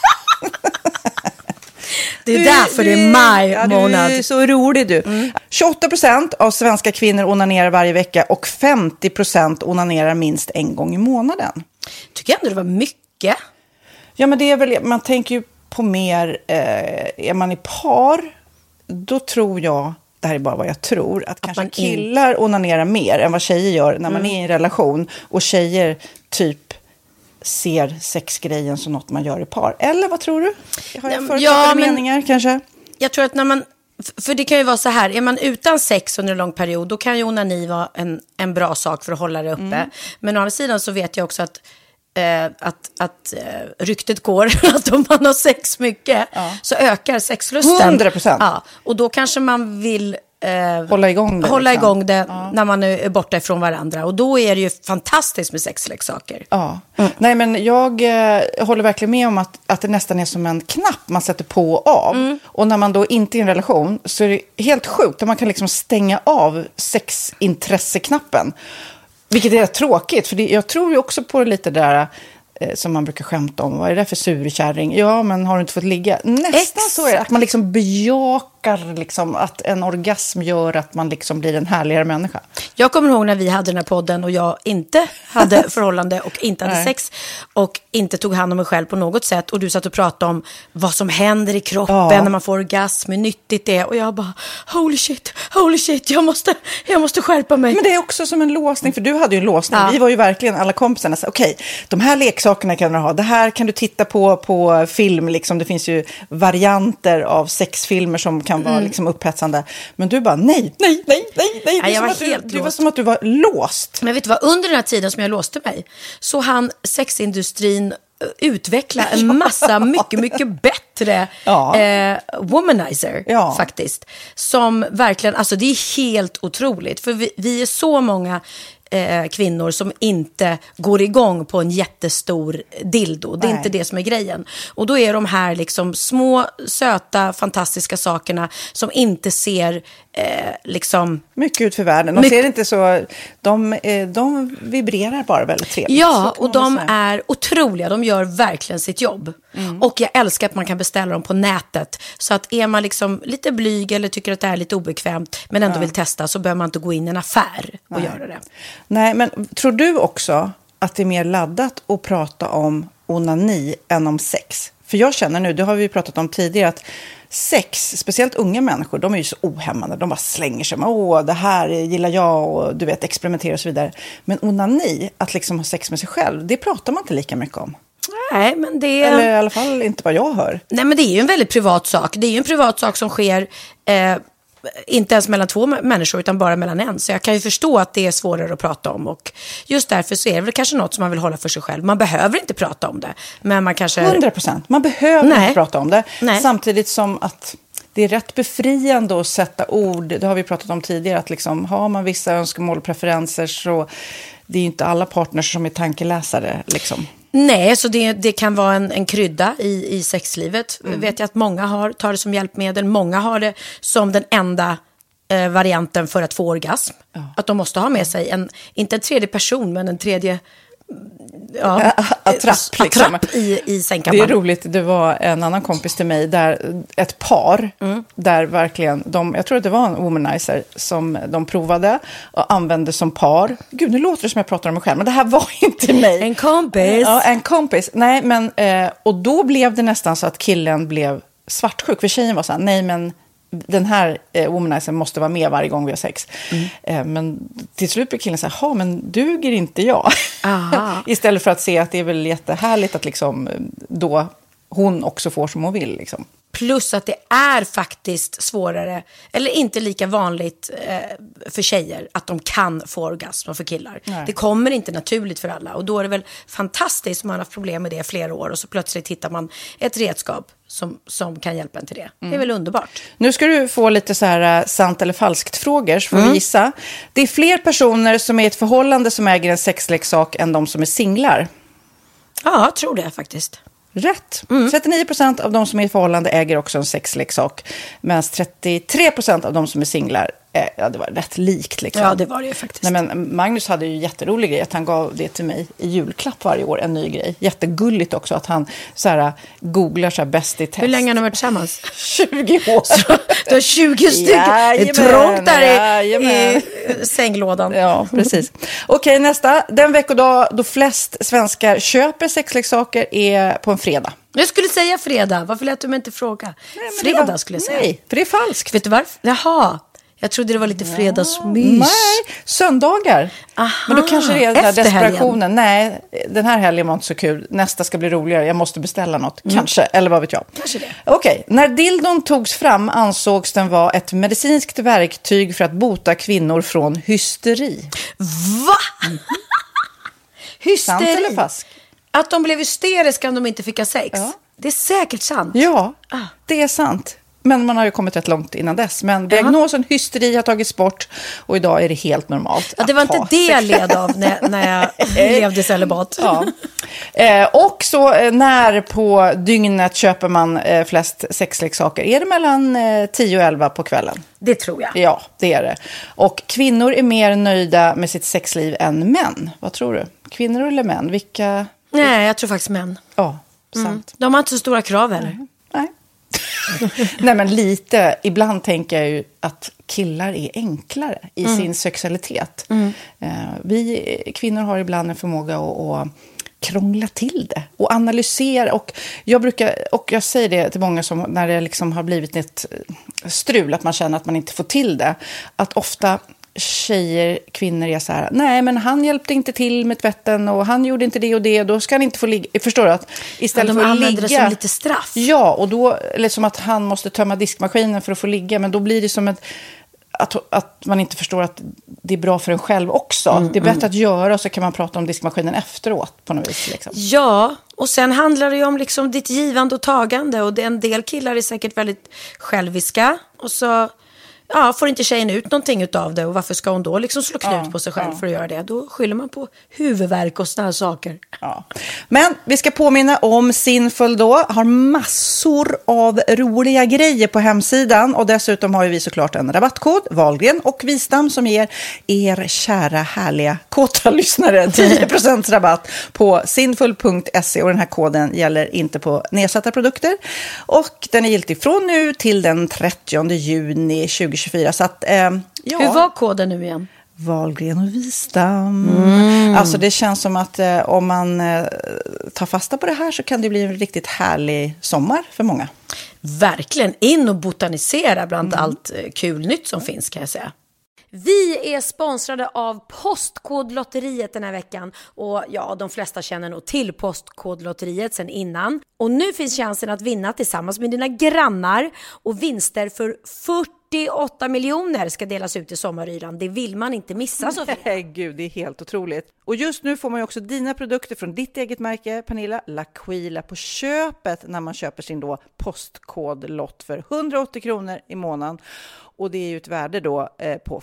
Det är därför det är maj månad. Du är så rolig du. 28% av svenska kvinnor onanerar varje vecka och 50% onanerar minst en gång i månaden. Tycker jag ändå det var mycket. Ja, men det är väl, man tänker ju på mer, är man i par, då tror jag, det här är bara vad jag tror, att kanske killar onanerar mer än vad tjejer gör när man är i en relation och tjejer typ ser sexgrejen som något man gör i par. Eller vad tror du? Har jag förutfattade meningar kanske? Jag tror att när man, för det kan ju vara så här, är man utan sex under en lång period, då kan ju onani vara en bra sak för att hålla det uppe. Men å andra sidan så vet jag också att ryktet går att om man har sex mycket så ökar sexlusten. 100%. Ja, och då kanske man vill hålla igång det när man är borta ifrån varandra. Och då är det ju fantastiskt med sexleksaker. Ja. Nej, men jag håller verkligen med om att det nästan är som en knapp man sätter på och av. Och när man då inte är i en relation så är det helt sjukt att man kan liksom stänga av sexintresseknappen. Vilket är tråkigt, för jag tror ju också på lite där som man brukar skämta om. Vad är det för surkärring? Ja, men har du inte fått ligga? Nästan så är det. Att man liksom bejakar liksom att en orgasm gör att man liksom blir en härligare människa. Jag kommer ihåg när vi hade den här podden och jag inte hade förhållande och inte hade sex och inte tog hand om mig själv på något sätt. Och du satt och pratade om vad som händer i kroppen när man får orgasm, hur nyttigt det är. Och jag bara, holy shit, jag måste skärpa mig. Men det är också som en låsning, för du hade ju en låsning. Vi var ju verkligen alla kompisarna. Okej, de här leksakerna kan du ha. Det här kan du titta på film. Liksom. Det finns ju varianter av sexfilmer som kan vara liksom upphetsande. Men du bara, nej. Det var som att du var låst. Men vet du vad, under den här tiden som jag låste mig så hann sexindustrin utveckla en massa mycket bättre womanizer faktiskt. Som verkligen, alltså det är helt otroligt. För vi är så många kvinnor som inte går igång på en jättestor dildo. Det är inte det som är grejen. Och då är de här liksom små, söta, fantastiska sakerna som inte ser liksom mycket ut för världen. De ser inte så, de vibrerar bara väldigt trevligt. Ja, och de är otroliga. De gör verkligen sitt jobb. Och jag älskar att man kan beställa dem på nätet. Så att är man liksom lite blyg eller tycker att det är lite obekvämt men ändå vill testa, så behöver man inte gå in i en affär och göra det. Nej, men tror du också att det är mer laddat att prata om onani än om sex? För jag känner nu, det har vi pratat om tidigare, att sex, speciellt unga människor, de är ju så ohämmande. De bara slänger sig med, det här gillar jag och du vet, experimentera och så vidare. Men onani, att liksom ha sex med sig själv, det pratar man inte lika mycket om. Nej, men det... Eller i alla fall inte vad jag hör. Nej, men det är ju en väldigt privat sak. Det är ju en privat sak som sker inte ens mellan två människor utan bara mellan en. Så jag kan ju förstå att det är svårare att prata om. Och just därför så är det väl kanske något som man vill hålla för sig själv. Man behöver inte prata om det. Men man kanske... 100%. Man behöver inte prata om det. Nej. Samtidigt som att det är rätt befriande att sätta ord. Det har vi pratat om tidigare. Att liksom, har man vissa önskemål och preferenser så det är ju inte alla partners som är tankeläsare liksom. Nej, så det kan vara en krydda i sexlivet. Vet jag att många tar det som hjälpmedel. Många har det som den enda varianten för att få orgasm. Att de måste ha med sig inte en tredje person, men en tredje attrapp i sängkammaren. Det är roligt, det var en annan kompis till mig där ett par där verkligen jag tror att det var en womanizer som de provade och använde som par. Gud, nu låter det som jag pratar om mig själv, men det här var inte mig. En kompis. Ja, en kompis. Nej, men och då blev det nästan så att killen blev svartsjuk, för tjejen var så här, nej men den här womanizern måste vara med varje gång vi har sex. Men till slut blir killen så här, men duger inte jag? Istället för att se att det är väl jättehärligt att liksom, då hon också får som hon vill. Liksom. Plus att det är faktiskt svårare, eller inte lika vanligt för tjejer att de kan få orgasm för killar. Nej. Det kommer inte naturligt för alla. Och då är det väl fantastiskt om man har haft problem med det flera år och så plötsligt hittar man ett redskap som kan hjälpa en till det. Det är väl underbart. Nu ska du få lite så här sant eller falskt frågor, så får vi gissa. Det är fler personer som är i ett förhållande som äger en sexleksak än de som är singlar. Ja, jag tror det faktiskt. Rätt. 39% av de som är i förhållande äger också en sexleksak. Medan 33% av de som är singlar, det var rätt likt. Liksom. Ja, det var det ju faktiskt. Nej, men Magnus hade ju jätterolig grej att han gav det till mig i julklapp varje år, en ny grej. Jättegulligt också att han så här, googlar så här bäst i test. Hur länge har ni varit tillsammans? 20 år. Så, du har 20 stycken. Det är trångt där i sänglådan. Ja, precis. Okej, nästa. Den veckodag då flest svenskar köper sexleksaker är på en fredag. Jag skulle säga fredag. Varför lät du mig inte fråga? Fredag skulle jag säga. Nej, för det är falskt. Vet du varför? Jaha. Jag trodde det var lite fredagsmys. Nej, söndagar. Aha, men då kanske det är den här desperationen. Helgen. Nej, den här helgen var inte så kul. Nästa ska bli roligare. Jag måste beställa något. Kanske, eller vad vet jag. Kanske det. Okej, när dildon togs fram ansågs den vara ett medicinskt verktyg för att bota kvinnor från hysteri. Va? Hysteri? Sant eller falskt? Att de blev hysteriska om de inte fick ha sex. Ja. Det är säkert sant. Ja, det är sant. Men man har ju kommit rätt långt innan dess. Men diagnosen hysteri har tagits bort och idag är det helt normalt. Ja, det var inte det jag led av när jag levde celibat. Ja. Och så när på dygnet köper man flest sexleksaker? Är det mellan 10 och 11 på kvällen? Det tror jag. Ja, det är det. Och kvinnor är mer nöjda med sitt sexliv än män. Vad tror du? Kvinnor eller män? Vilka? Nej, jag tror faktiskt män. Ja, sant. De har inte så stora krav heller. Nej. Nej, men lite. Ibland tänker jag ju att killar är enklare i sin sexualitet. Vi kvinnor har ibland en förmåga att krångla till det och analysera. Och jag säger det till många som när det liksom har blivit ett strul, att man känner att man inte får till det. Att ofta kvinnor är så här, nej men han hjälpte inte till med tvätten och han gjorde inte det och det, då ska han inte få ligga. Förstår du? Att istället för att ligga, det som lite straff. Ja, och då eller som att han måste tömma diskmaskinen för att få ligga, men då blir det som att man inte förstår att det är bra för en själv också. Det är bättre att göra, och så kan man prata om diskmaskinen efteråt på något vis. Liksom. Ja, och sen handlar det ju om liksom ditt givande och tagande, och en del killar är säkert väldigt själviska, och så får inte tjejen ut någonting utav det, och varför ska hon då liksom slå knut på sig själv för att göra det? Då skyller man på huvudvärk och såna här saker. Ja. Men vi ska påminna om Sinful då. Har massor av roliga grejer på hemsidan, och dessutom har vi såklart en rabattkod, Wahlgren och Wistam, som ger er kära, härliga, kåta lyssnare 10% rabatt på sinful.se, och den här koden gäller inte på nedsatta produkter, och den är giltig från nu till den 30 juni 2024. Så att, hur var koden nu igen? Wahlgren och Wistam. Alltså det känns som att om man tar fasta på det här så kan det bli en riktigt härlig sommar för många. Verkligen, in och botanisera bland allt kul nytt som finns, kan jag säga. Vi är sponsrade av Postkodlotteriet den här veckan, och de flesta känner nog till Postkodlotteriet sedan innan. Och nu finns chansen att vinna tillsammans med dina grannar, och vinster för 48 miljoner ska delas ut i sommaryran. Det vill man inte missa, Sofia. Gud, det är helt otroligt. Och just nu får man ju också dina produkter från ditt eget märke, Pernilla, L'Aquila, på köpet när man köper sin då postkodlott för 180 kronor i månaden. Och det är ju ett värde då på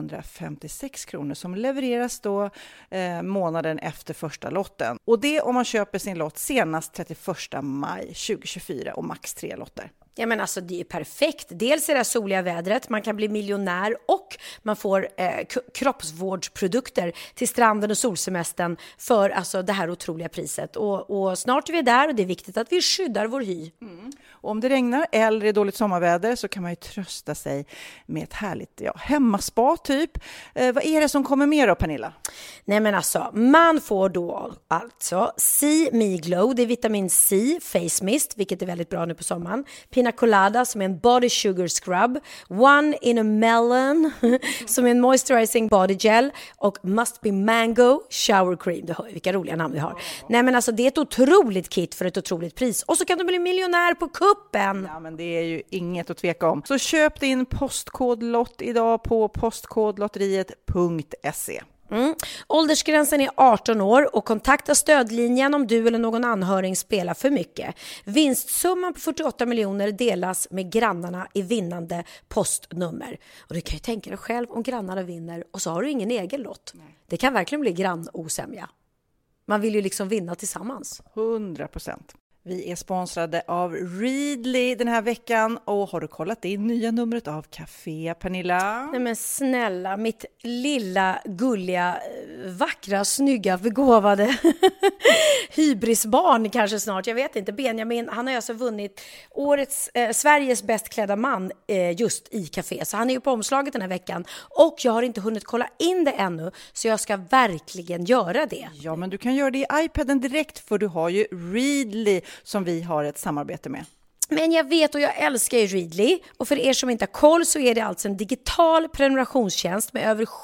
556 kronor som levereras då månaden efter första lotten. Och det om man köper sin lott senast 31 maj 2024 och max 3 lotter. Ja, men alltså det är perfekt. Dels är det soliga vädret, man kan bli miljonär, och man får kroppsvårdsprodukter till stranden och solsemestern för alltså det här otroliga priset. Och snart är vi där, och det är viktigt att vi skyddar vår hy. Och om det regnar eller är dåligt sommarväder så kan man ju trösta sig med ett härligt hemmaspa typ. Vad är det som kommer med då, Pernilla? Nej, men alltså, man får då alltså See Me Glow, det är vitamin C, face mist, vilket är väldigt bra nu på sommaren. Pina Colada som är en body sugar scrub, One in a Melon som är en moisturizing body gel och Must Be Mango shower cream. Du hör vilka roliga namn vi har. Nej men alltså det är ett otroligt kit för ett otroligt pris. Och så kan du bli miljonär på kuppen. Ja men det är ju inget att tveka om. Så köp din postkodlott idag på postkodlotteriet.se. Åldersgränsen är 18 år och kontakta stödlinjen om du eller någon anhörig spelar för mycket. Vinstsumman på 48 miljoner delas med grannarna i vinnande postnummer. Och du kan ju tänka dig själv om grannarna vinner och så har du ingen egen lott. Nej. Det kan verkligen bli grannosämja. Man vill ju liksom vinna tillsammans. 100%. Vi är sponsrade av Readly den här veckan. Och har du kollat det nya numret av Café, Pernilla? Nej men snälla, mitt lilla, gulliga, vackra, snygga, begåvade hybrisbarn kanske snart. Jag vet inte, Benjamin, han har alltså vunnit årets Sveriges bäst klädda man just i Café. Så han är ju på omslaget den här veckan. Och jag har inte hunnit kolla in det ännu. Så jag ska verkligen göra det. Ja, men du kan göra det i iPaden direkt för du har ju Readly som vi har ett samarbete med. Men jag vet och jag älskar ju Readly. Och för er som inte har koll så är det alltså en digital prenumerationstjänst med över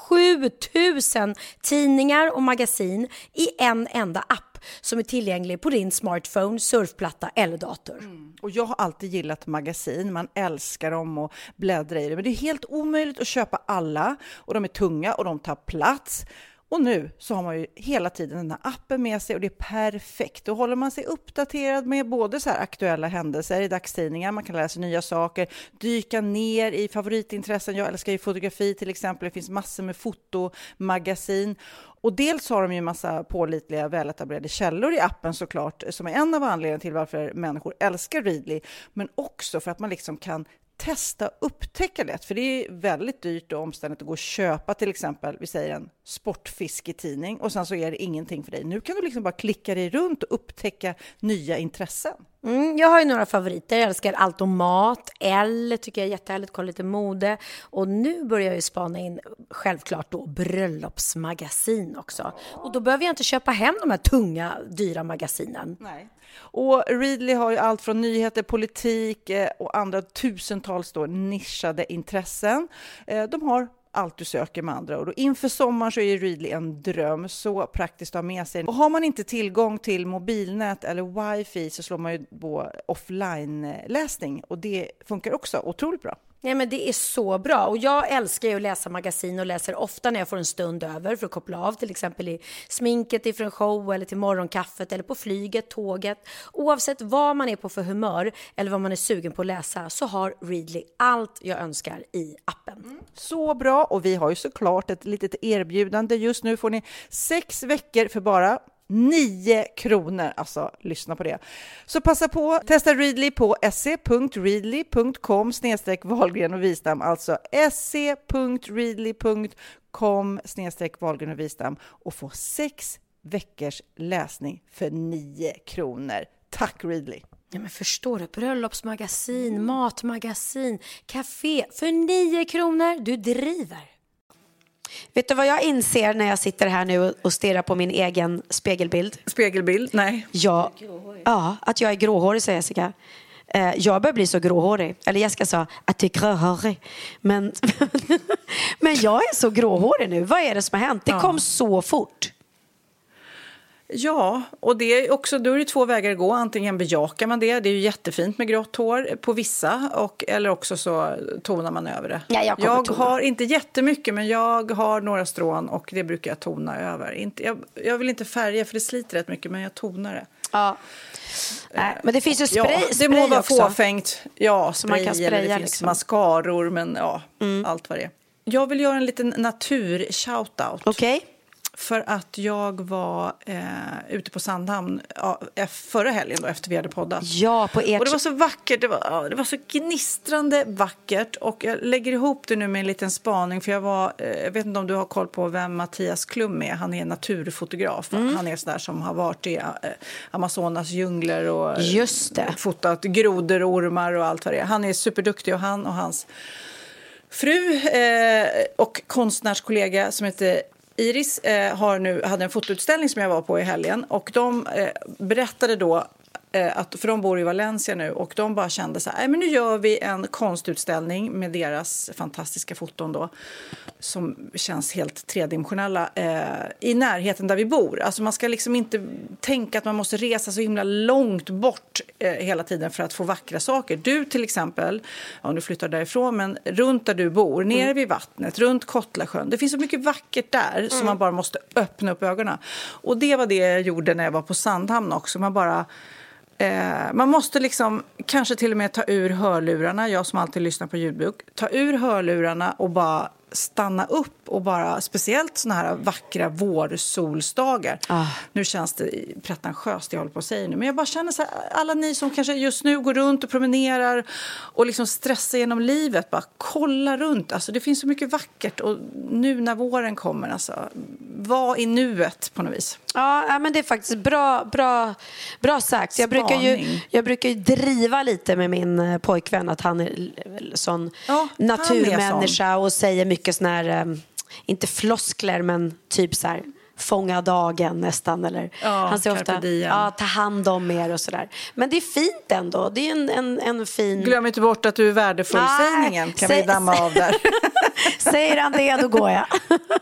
7000 tidningar och magasin i en enda app som är tillgänglig på din smartphone, surfplatta eller dator. Och jag har alltid gillat magasin. Man älskar dem och bläddra i det. Men det är helt omöjligt att köpa alla. Och de är tunga och de tar plats. Och nu så har man ju hela tiden den här appen med sig och det är perfekt. Då håller man sig uppdaterad med både så här aktuella händelser i dagstidningar. Man kan läsa nya saker, dyka ner i favoritintressen. Jag älskar ju fotografi till exempel. Det finns massor med fotomagasin. Och dels har de ju massa pålitliga, väletablerade källor i appen såklart. Som är en av anledningarna till varför människor älskar Readly. Men också för att man liksom kan testa upptäcka lätt, för det är väldigt dyrt och omständigt att gå och köpa till exempel, vi säger en sportfisketidning och sen så är det ingenting för dig. Nu kan du liksom bara klicka dig runt och upptäcka nya intressen. Jag har ju några favoriter. Jag älskar allt om mat. Elle tycker jag är jättehärligt. Kolla lite mode. Och nu börjar jag ju spana in självklart då bröllopsmagasin också. Och då behöver jag inte köpa hem de här tunga, dyra magasinen. Nej. Och Readly har ju allt från nyheter, politik och andra tusentals då nischade intressen. De har allt du söker med andra. Och inför sommaren så är Readly en dröm, så praktiskt att ha med sig. Och har man inte tillgång till mobilnät eller wifi så slår man ju på offline-läsning. Och det funkar också otroligt bra. Nej, men det är så bra. Och jag älskar ju att läsa magasin och läser ofta när jag får en stund över för att koppla av. Till exempel i sminket ifrån en show eller till morgonkaffet eller på flyget, tåget. Oavsett vad man är på för humör eller vad man är sugen på att läsa så har Readly allt jag önskar i appen. Så bra, och vi har ju såklart ett litet erbjudande. Just nu får ni 6 veckor för bara 9 kronor, alltså lyssna på det. Så passa på, testa Readly på se.readly.com/Wahlgren och Wistam, alltså se.readly.com/Wahlgren och Wistam och få 6 veckors läsning för 9 kronor. Tack Readly! Ja, men förstår du? Bröllopsmagasin, matmagasin, café för 9 kronor. Du driver. Vet du vad jag inser när jag sitter här nu och stirrar på min egen spegelbild? Spegelbild? Nej. Ja, att jag är gråhårig, säger Jessica. Jag börjar bli så gråhårig. Eller Jessica sa att du är gråhårig. Men jag är så gråhårig nu. Vad är det som har hänt? Det kom så fort. Ja, och det är också, då är det 2 vägar att gå. Antingen bejakar man det, det är ju jättefint med grått hår på vissa, eller också så tonar man över det. Ja, jag har inte jättemycket, men jag har några strån och det brukar jag tona över. Jag vill inte färga för det sliter rätt mycket, men jag tonar det. Ja. Nej, men det finns ju spray, det må vara också. Fåfängt. Ja, spray, man kan spraya, eller det finns liksom. mascaror, men allt vad det är. Jag vill göra en liten natur-shoutout. Okej. För att jag var ute på Sandhamn förra helgen då, efter vi hade poddat. Ja, på ert... Och det var så vackert, det var så gnistrande vackert. Och jag lägger ihop det nu med en liten spaning. För jag vet inte om du har koll på vem Mattias Klum är. Han är naturfotograf. Han är sådär som har varit i Amazonas djungler och fotat grodor och ormar och allt vad det är. Han är superduktig, och han och hans fru och konstnärskollega som heter Iris hade en fotoutställning som jag var på i helgen, och de berättade då för de bor i Valencia nu och de bara kände så här, men nu gör vi en konstutställning med deras fantastiska foton då som känns helt tredimensionella i närheten där vi bor. Alltså man ska liksom inte tänka att man måste resa så himla långt bort hela tiden för att få vackra saker. Du till exempel, om du flyttar därifrån, men runt där du bor, nere vid vattnet, runt Kottlasjön. Det finns så mycket vackert där som man bara måste öppna upp ögonen. Och det var det jag gjorde när jag var på Sandhamn också. Man måste liksom kanske till och med ta ur hörlurarna, jag som alltid lyssnar på ljudbok, ta ur hörlurarna och bara stanna upp och bara, speciellt såna här vackra vårsolsdagar. Nu känns det pretentiöst jag håller på att säga nu, men jag bara känner så här, alla ni som kanske just nu går runt och promenerar och liksom stressar genom livet, bara kolla runt, alltså det finns så mycket vackert och nu när våren kommer, alltså var i nuet på något vis. Ja, men det är faktiskt bra sagt. Jag brukar ju driva lite med min pojkvän att han är sån naturmänniska och säger mycket sån här, inte floskler, men typ så här fånga dagen nästan, eller han säger ofta ta hand om er och sådär. Men det är fint ändå. Det är en fin... Glöm inte bort att du är värdefull, sägningen kan vi damma av där. Säger han det, då går jag.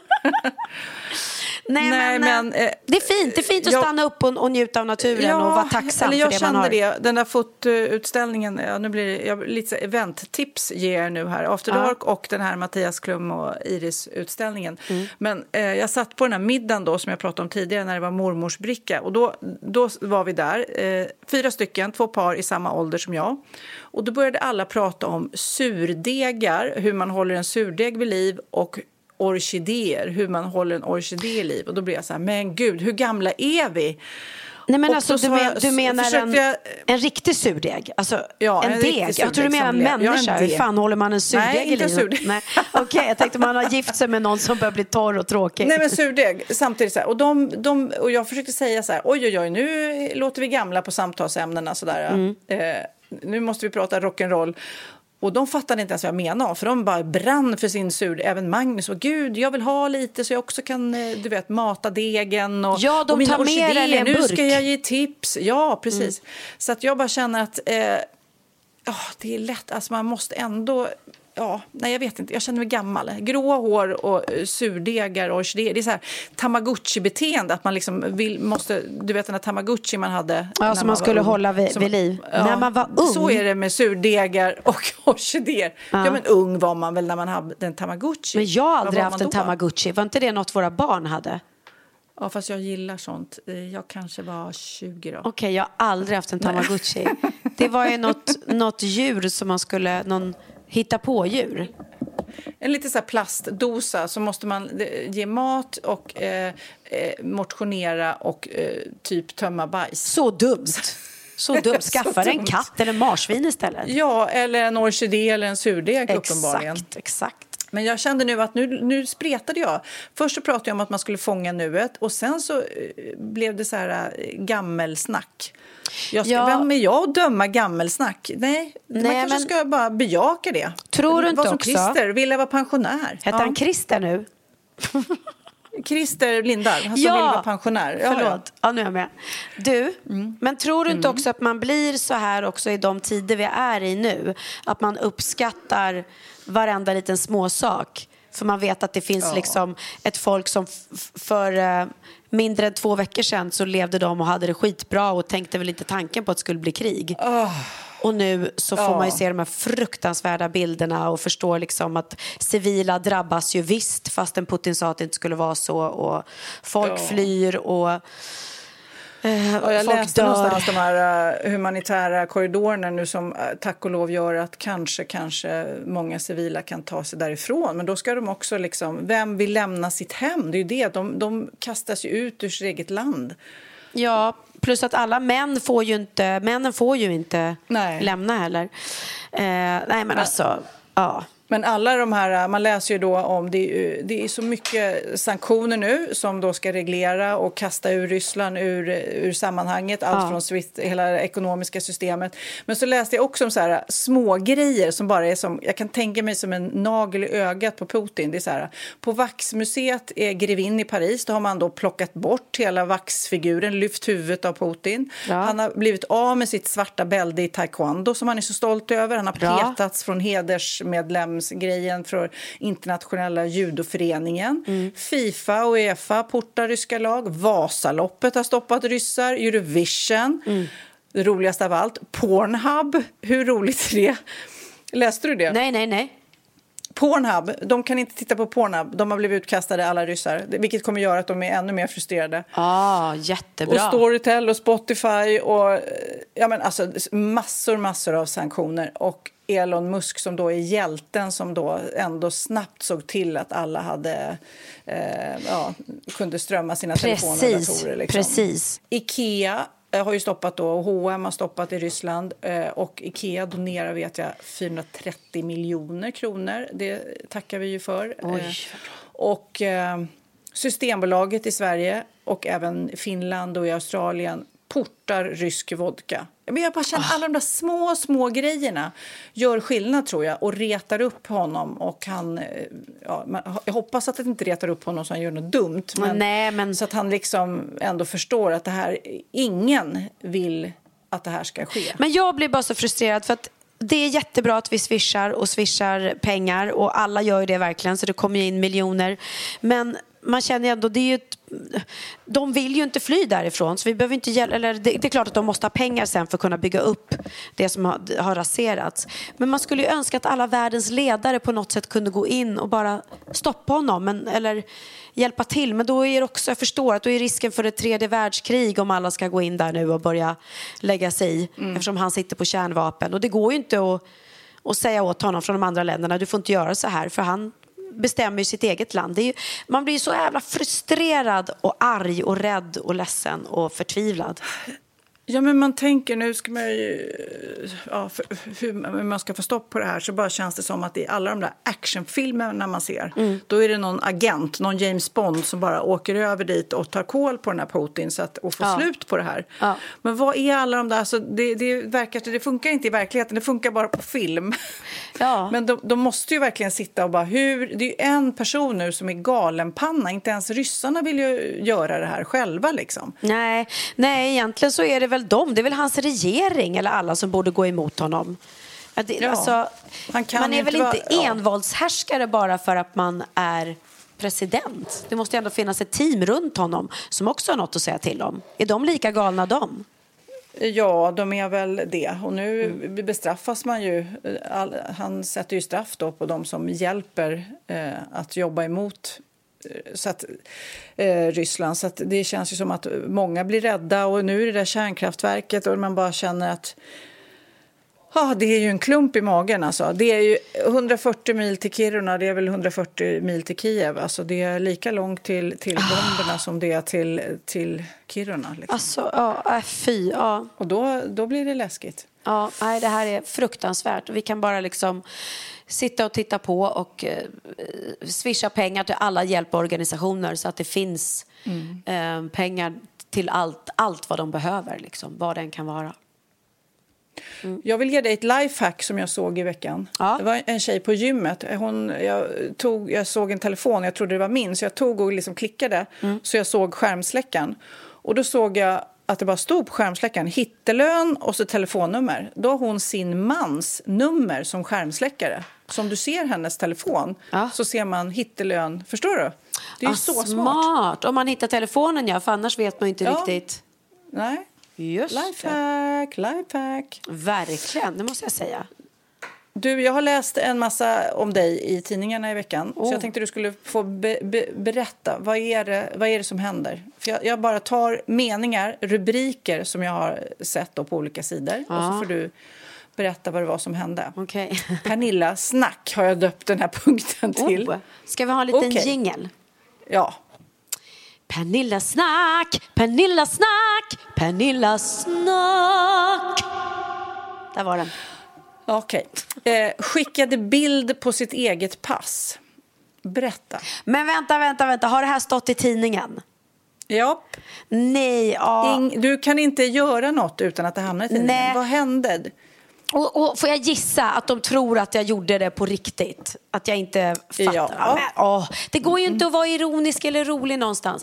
Nej, men det är fint att stanna upp och njuta av naturen och vara tacksam för det man har. Jag kände det. Den där fotutställningen, nu blir det lite eventtips ger jag nu här. After Dark och den här Mattias Klum och Iris utställningen. Men jag satt på den här middagen då som jag pratade om tidigare när det var mormors bricka. Och då var vi där, 4 stycken, 2 par i samma ålder som jag. Och då började alla prata om surdegar, hur man håller en surdeg vid liv, och orkidéer, hur man håller en orkidé i liv. Och då blir jag så här, men gud, hur gamla är vi? Nej, men alltså, du menar en riktig surdeg? Alltså en deg? Jag tror du menar en människa. Hur fan håller man en surdeg i livet? Nej, okej, jag tänkte man har gift sig med någon som börjar bli torr och tråkig. Nej, men surdeg, samtidigt så här. Och jag försökte säga så här, oj, nu låter vi gamla på samtalsämnena sådär. Nu måste vi prata rock'n'roll. Och de fattade inte ens vad jag menade, för de bara brann för sin surdeg. Även Magnus och gud, jag vill ha lite så jag också kan, du vet, mata degen. Och, ja, de och tar med en burk. Nu ska jag ge tips. Ja, precis. Så att jag bara känner att det är lätt. Alltså man måste ändå... nej jag vet inte, jag känner mig gammal. Gråa hår och surdegar och orkidéer. Det är så här Tamagotchi-beteende, att man liksom måste, du vet den här Tamagotchi man hade. Ja, som man skulle hålla vid liv. När man var ung. Så är det med surdegar och orkidéer. Ja, men ung var man väl när man hade en Tamagotchi. Men jag har aldrig haft en Tamagotchi. Var inte det något våra barn hade? Ja, fast jag gillar sånt. Jag kanske var 20 då. Okej, jag har aldrig haft en Tamagotchi. Det var ju något djur som man skulle... hitta på djur. En liten så här plastdosa, så måste man ge mat och motionera och typ tömma bajs. Så dumt. Skaffa en katt eller en marsvin istället. Ja, eller en orkidé eller en surdeg uppenbarligen. Exakt. Men jag kände nu att nu spretade jag. Först så pratade jag om att man skulle fånga nuet, och sen så blev det så här gammelsnack. Vem är jag att döma gammelsnack? Nej, man kanske ska bara bejaka det. Tror du inte som också? Christer, vill jag vara pensionär. Heter han Christer nu? Christer Lindar, han som vill vara pensionär. Förlåt, nu är jag med. Du, men tror du inte också att man blir så här också i de tider vi är i nu? Att man uppskattar varenda liten småsak. För man vet att det finns liksom ett folk som för mindre än 2 veckor sedan så levde de och hade det skitbra och tänkte väl inte tanken på att det skulle bli krig. Och nu så får man ju se de här fruktansvärda bilderna och förstår liksom att civila drabbas ju visst, fastän Putin sa att det inte skulle vara så, och folk flyr och jag läste någonstans de här humanitära korridorerna nu som tack och lov gör att kanske många civila kan ta sig därifrån. Men då ska de också liksom, vem vill lämna sitt hem? Det är ju det, de kastas ju ut ur sitt eget land. Ja, plus att alla männen får ju inte lämna heller. Nej men alltså, Men alla de här, man läser ju då om, det är så mycket sanktioner nu som då ska reglera och kasta ur Ryssland ur sammanhanget, allt från SWIFT, hela det ekonomiska systemet. Men så läste jag också om så här små grejer som bara är som, jag kan tänka mig som en nagel i ögat på Putin. Det är så här, på Vaxmuseet i Grevin i Paris, då har man då plockat bort hela vaxfiguren, lyft huvudet av Putin. Ja. Han har blivit av med sitt svarta bälte i taekwondo som han är så stolt över. Han har petats från hedersmedlem grejen för internationella judoföreningen. FIFA och UEFA portar ryska lag. Vasaloppet har stoppat ryssar. Eurovision. Det roligaste av allt. Pornhub. Hur roligt är det? Läste du det? Nej. Pornhub, de kan inte titta på Pornhub. De har blivit utkastade, alla ryssar. Vilket kommer göra att de är ännu mer frustrerade. Jättebra. Och Storytel och Spotify och alltså massor av sanktioner. Och Elon Musk som då är hjälten som då ändå snabbt såg till att alla hade kunde strömma sina telefoner och datorer. Liksom. Precis. Ikea har ju stoppat då, och H&M har stoppat i Ryssland och Ikea donerar, vet jag, 430 miljoner kronor. Det tackar vi ju för. Och Systembolaget i Sverige och även Finland och i Australien portar rysk vodka. Men jag bara känner alla de där små grejerna gör skillnad, tror jag, och retar upp honom. Och han, jag hoppas att det inte retar upp honom så han gör något dumt. Men så att han liksom ändå förstår att det här, ingen vill att det här ska ske. Men jag blir bara så frustrerad för att det är jättebra att vi swishar pengar och alla gör ju det verkligen, så det kommer ju in miljoner. Men man känner ändå, det är ju de vill ju inte fly därifrån, så vi behöver inte det är klart att de måste ha pengar sen för att kunna bygga upp det som har raserats. Men man skulle ju önska att alla världens ledare på något sätt kunde gå in och bara stoppa honom eller hjälpa till. Men då är det också, jag förstår att då är risken för ett 3:e världskrig om alla ska gå in där nu och börja lägga sig i, eftersom han sitter på kärnvapen. Och det går ju inte att säga åt honom från de andra länderna, du får inte göra så här, för han bestämmer ju sitt eget land. Det är ju, man blir ju så jävla frustrerad och arg och rädd och ledsen och förtvivlad. Ja, men man tänker, nu ska man ju, hur man ska få stopp på det här, så bara känns det som att i alla de där actionfilmerna man ser, då är det någon agent, någon James Bond som bara åker över dit och tar koll på den här Putin och får slut på det här. Men vad är alla de där, alltså det funkar inte i verkligheten, det funkar bara på film. Men de måste ju verkligen sitta och bara, det är ju en person nu som är galenpanna, inte ens ryssarna vill ju göra det här själva liksom. Nej, egentligen så är det väl det är väl hans regering eller alla som borde gå emot honom. Alltså, man är väl inte envåldshärskare bara för att man är president. Det måste ändå finnas ett team runt honom som också har något att säga till om. Är de lika galna de? Ja, de är väl det. Och nu bestraffas man ju. Han sätter ju straff då på de som hjälper att jobba emot Ryssland. Så att det känns ju som att många blir rädda. Och nu är det där kärnkraftverket och man bara känner att det är ju en klump i magen. Alltså. Det är ju 140 mil till Kiruna, det är väl 140 mil till Kiev. Alltså, det är lika långt till bomberna som det är till Kiruna. Liksom. Alltså, fy. Och då blir det läskigt. Ja, nej, det här är fruktansvärt. Och vi kan bara liksom sitta och titta på och swisha pengar till alla hjälporganisationer så att det finns pengar till allt vad de behöver, liksom, vad den kan vara. Jag vill ge dig ett lifehack som jag såg i veckan. Det var en tjej på gymmet. Jag såg en telefon, jag trodde det var min, så jag tog och liksom klickade så jag såg skärmsläckaren. Och då såg jag att det bara stod på skärmsläckaren hittelön och så telefonnummer. Då har hon sin mans nummer som skärmsläckare. Så om du ser hennes telefon så ser man hittelön. Förstår du? Det är ju så smart. Om man hittar telefonen, för annars vet man inte riktigt. Nej. Just lifehack. Verkligen, det måste jag säga. Du, jag har läst en massa om dig i tidningarna i veckan. Så jag tänkte du skulle få berätta. Vad är det som händer? För jag bara tar meningar, rubriker som jag har sett då på olika sidor. Och så får du berätta vad det var som hände. Okay. Pernilla Snack har jag döpt den här punkten till. Ska vi ha en liten jingle? Ja. Pernilla Snack, Pernilla Snack, Pernilla Snack. Där var den. Okej. Skickade bild på sitt eget pass. Berätta. Men vänta. Har det här stått i tidningen? Ja. Nej, ja. Du kan inte göra något utan att det hamnar i tidningen. Nej. Vad hände? Och får jag gissa att de tror att jag gjorde det på riktigt? Att jag inte fattar. Ja. Det går ju inte att vara ironisk eller rolig någonstans.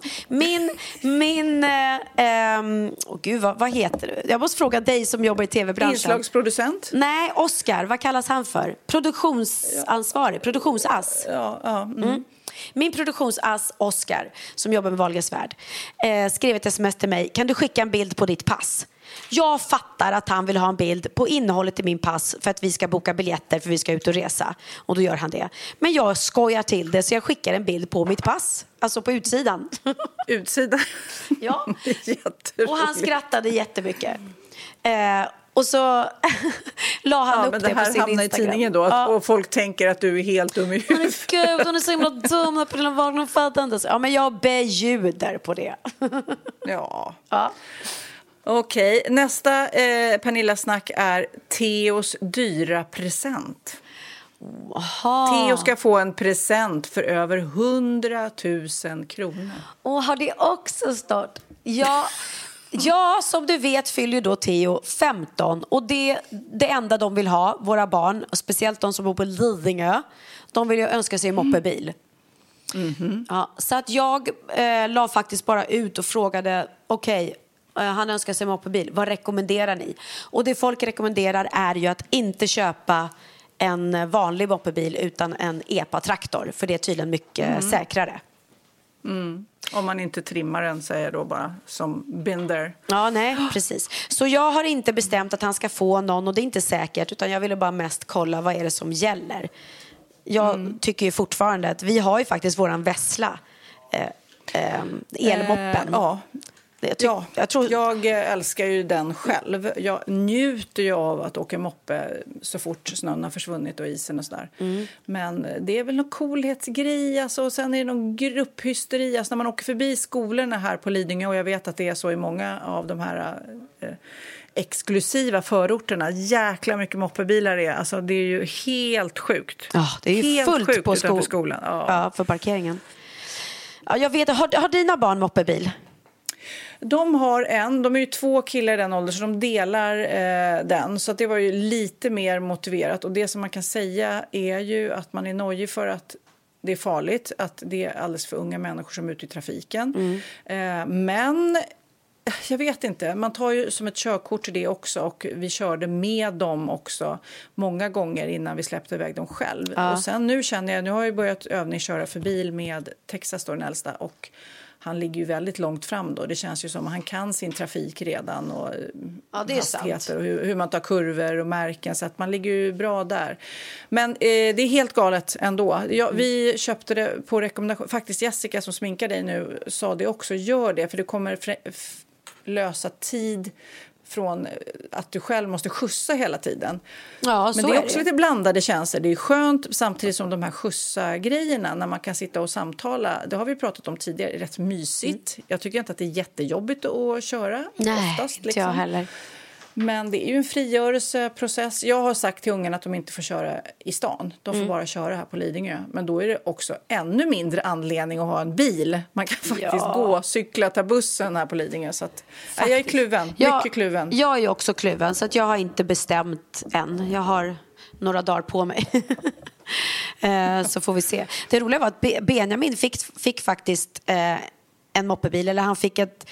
Gud, vad heter du? Jag måste fråga dig som jobbar i tv-branschen. Inslagsproducent? Nej, Oscar. Vad kallas han för? Produktionsansvarig. Produktionsass. Min produktionsass Oscar, som jobbar med Wahlgrens värld, skrev ett sms till mig. Kan du skicka en bild på ditt pass? Jag fattar att han vill ha en bild på innehållet i min pass för att vi ska boka biljetter för vi ska ut och resa. Och då gör han det. Men jag skojar till det så jag skickar en bild på mitt pass. Alltså på utsidan. Utsidan? Ja. Och han skrattade jättemycket. Och så la han upp det på sin Instagram. Det här hamnar i tidningen då och folk tänker att du är helt dum i huvudet. Gud, hon är så himla dum på den vagnen, fattar inte. Ja, men jag bjuder på det. Ja. Okej, nästa Pernilla-snack är Theos dyra present. Theo ska få en present för över 100 000 kronor. Och har det också stått? Ja, som du vet fyller ju då Theo 15. Och det enda de vill ha, våra barn, och speciellt de som bor på Lidingö, de vill ju önska sig en moppebil. Ja, så att jag la faktiskt bara ut och frågade, okej, han önskar sig en moppebil, vad rekommenderar ni? Och det folk rekommenderar är ju att inte köpa en vanlig moppebil utan en EPA-traktor, för det är tydligen mycket säkrare. Om man inte trimmar den, säger då bara som binder. Ja, nej, precis. Så jag har inte bestämt att han ska få någon, och det är inte säkert, utan jag ville bara mest kolla vad är det som gäller. Jag tycker ju fortfarande att vi har ju faktiskt våran Vessla elmoppen. Jag älskar ju den själv. Jag njuter ju av att åka moppe så fort snön har försvunnit och isen och sådär. Men det är väl någon coolhetsgrej. Alltså, och sen är det någon grupphysteri. Alltså, när man åker förbi skolorna här på Lidingö, och jag vet att det är så i många av de här exklusiva förorterna. Jäkla mycket moppebilar är. Alltså, det är ju helt sjukt. Ja, det är ju helt fullt på skolan. Ja, för parkeringen. Ja, jag vet, har dina barn moppebil? De är ju 2 killar i den åldern, så de delar den. Så att det var ju lite mer motiverat. Och det som man kan säga är ju att man är nojig för att det är farligt. Att det är alldeles för unga människor som är ute i trafiken. Men jag vet inte. Man tar ju som ett körkort till det också. Och vi körde med dem också många gånger innan vi släppte iväg dem själv. Och sen nu har jag börjat övningsköra för bil med Texas, den äldsta, och han ligger ju väldigt långt fram då. Det känns ju som att han kan sin trafik redan och det är hastigheter sant. Och hur man tar kurvor och märken. Så att man ligger ju bra där. Men det är helt galet ändå. Vi köpte det på rekommendation. Faktiskt Jessica som sminkar dig nu sa det också. Gör det, för det kommer lösa tid från att du själv måste skjutsa hela tiden. Ja, men det är också lite blandade känslor. Det är skönt samtidigt som de här skjutsa-grejerna när man kan sitta och samtala. Det har vi pratat om tidigare. Det är rätt mysigt. Jag tycker inte att det är jättejobbigt att köra. Nej, oftast, inte jag heller. Men det är ju en frigörelseprocess. Jag har sagt till ungarna att de inte får köra i stan. De får bara köra här på Lidingö. Men då är det också ännu mindre anledning att ha en bil. Man kan faktiskt gå, cykla, ta bussen här på Lidingö. Så att, jag är kluven, mycket kluven. Jag är också kluven, så att jag har inte bestämt än. Jag har några dagar på mig. Så får vi se. Det roliga var att Benjamin fick faktiskt en moppebil, eller han fick ett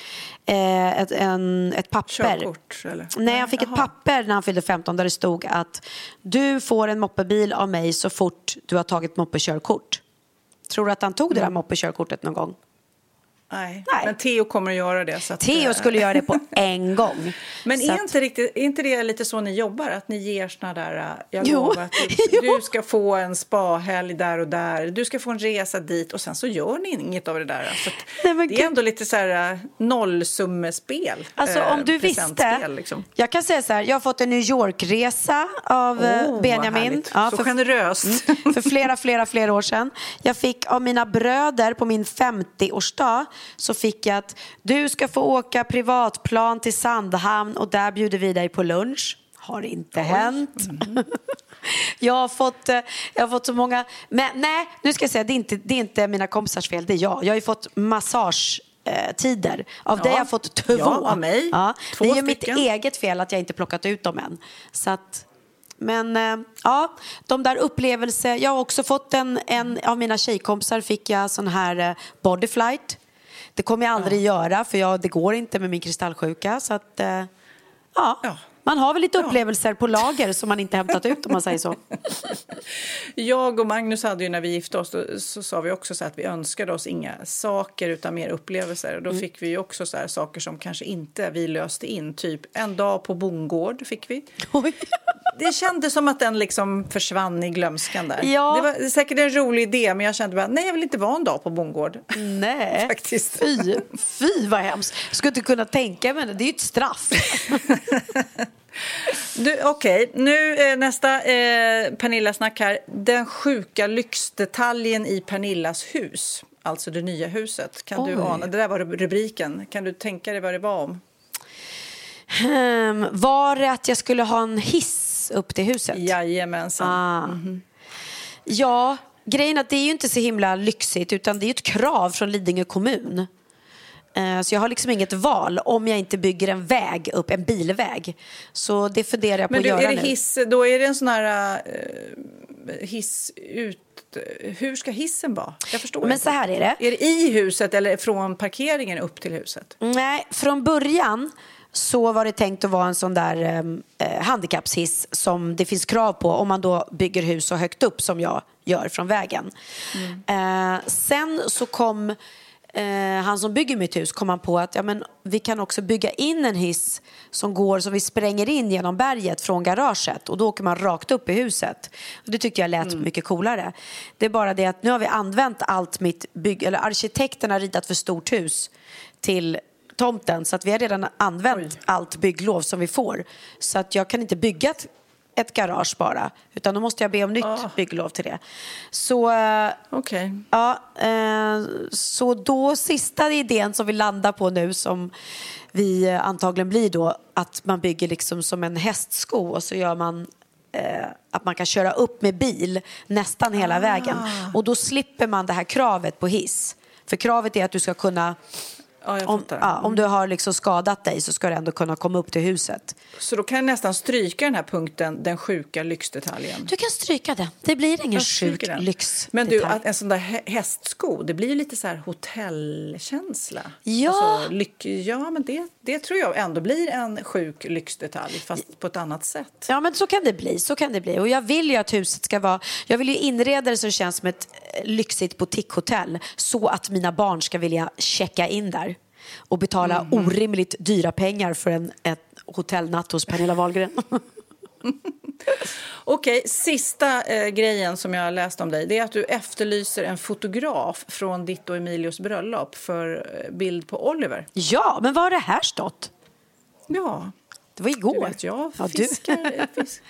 papper. Körkort, eller? Nej, han fick ett papper när han fyllde 15 där det stod att du får en moppebil av mig så fort du har tagit moppekörkort. Tror du att han tog det där moppekörkortet någon gång? Nej, men Theo kommer att göra det. Så att, Theo skulle göra det på en gång. Men är inte det lite så ni jobbar? Att ni ger såna där, jag lovar att du ska få en spahelg där och där. Du ska få en resa dit och sen så gör ni inget av det där. Så det är ändå lite så här nollsummespel. Alltså om du visste, liksom. Jag kan säga så här, jag har fått en New York-resa av Benjamin. Ja, så generöst. För flera år sedan. Jag fick av mina bröder på min 50-årsdag så fick jag att du ska få åka privatplan till Sandhamn och där bjuder vi dig på lunch. Har inte hänt. Jag har fått så många... Men nej, nu ska jag säga, det är inte mina kompisars fel, det är jag. Jag har ju fått massagetider. Av det har jag fått 2. Ja, av mig. Ja, 2 det är ju mitt stycken. eget fel att jag inte plockat ut dem än. Så att... Men ja, de där upplevelser. Jag har också fått en av mina tjejkompisar fick jag sån här bodyflight. Det kommer jag aldrig göra för det går inte med min kristallsjuka. Så att man har väl lite upplevelser på lager som man inte hämtat ut om man säger så. Jag och Magnus hade ju när vi gifte oss så sa vi också så att vi önskade oss inga saker utan mer upplevelser. Och då fick vi ju också så här saker som kanske inte vi löste in. Typ en dag på bondgård fick vi. Oj. Det kändes som att den liksom försvann i glömskan där. Ja. Det var säkert en rolig idé men jag kände bara nej jag vill inte vara en dag på bondgård. Nej, faktiskt. Fy vad hemskt. Skulle inte kunna tänka mig det. Det är ju ett straff. Okej, nu nästa Pernilla-snack här. Den sjuka lyxdetaljen i Pernillas hus. Alltså det nya huset. Kan du ana? Det där var rubriken. Kan du tänka dig vad det var om? Var det att jag skulle ha en hiss upp till huset? Jajamensan. Ja, grejen är att det är ju inte så himla lyxigt utan det är ju ett krav från Lidingö kommun. Så jag har liksom inget val om jag inte bygger en väg upp, en bilväg. Så det funderar jag på att göra nu. Men är det hiss, då är det en sån här hiss ut. Hur ska hissen vara? Jag förstår Men inte. Så här är det. Är det i huset eller från parkeringen upp till huset? Nej, från början så var det tänkt att vara en sån där handikappshiss som det finns krav på om man då bygger hus så högt upp som jag gör från vägen. Sen så kom han som bygger mitt hus kom han på att vi kan också bygga in en hiss som vi spränger in genom berget från garaget och då åker man rakt upp i huset. Och det tyckte jag lät mycket coolare. Det är bara det att nu har vi använt allt eller arkitekten har ritat för stort hus till tomten så att vi har redan använt allt bygglov som vi får. Så att jag kan inte bygga ett garage bara utan då måste jag be om nytt bygglov till det. Så så då sista idén som vi landar på nu som vi antagligen blir då att man bygger liksom som en hästsko och så gör man att man kan köra upp med bil nästan hela vägen och då slipper man det här kravet på hiss. För kravet är att du ska kunna om du har liksom skadat dig så ska du ändå kunna komma upp till huset. Så då kan jag nästan stryka den här punkten, den sjuka lyxdetaljen. Du kan stryka den. Det blir ingen sjuk lyxdetalj. Men du, en sån där hästsko, det blir ju lite så här hotellkänsla. Ja. Alltså, men det tror jag ändå blir en sjuk lyxdetalj fast på ett annat sätt. Ja, men så kan det bli. Och jag vill ju att huset ska vara... Jag vill ju inreda det så det känns som ett lyxigt boutiquehotell så att mina barn ska vilja checka in där och betala orimligt dyra pengar för ett hotellnatt hos Pernilla Wahlgren. Okej, sista grejen som jag läste om dig, det är att du efterlyser en fotograf från ditt och Emilios bröllop för bild på Oliver. Ja, men vad har det här stått? Ja, det var igår. Du vet, jag fiskar.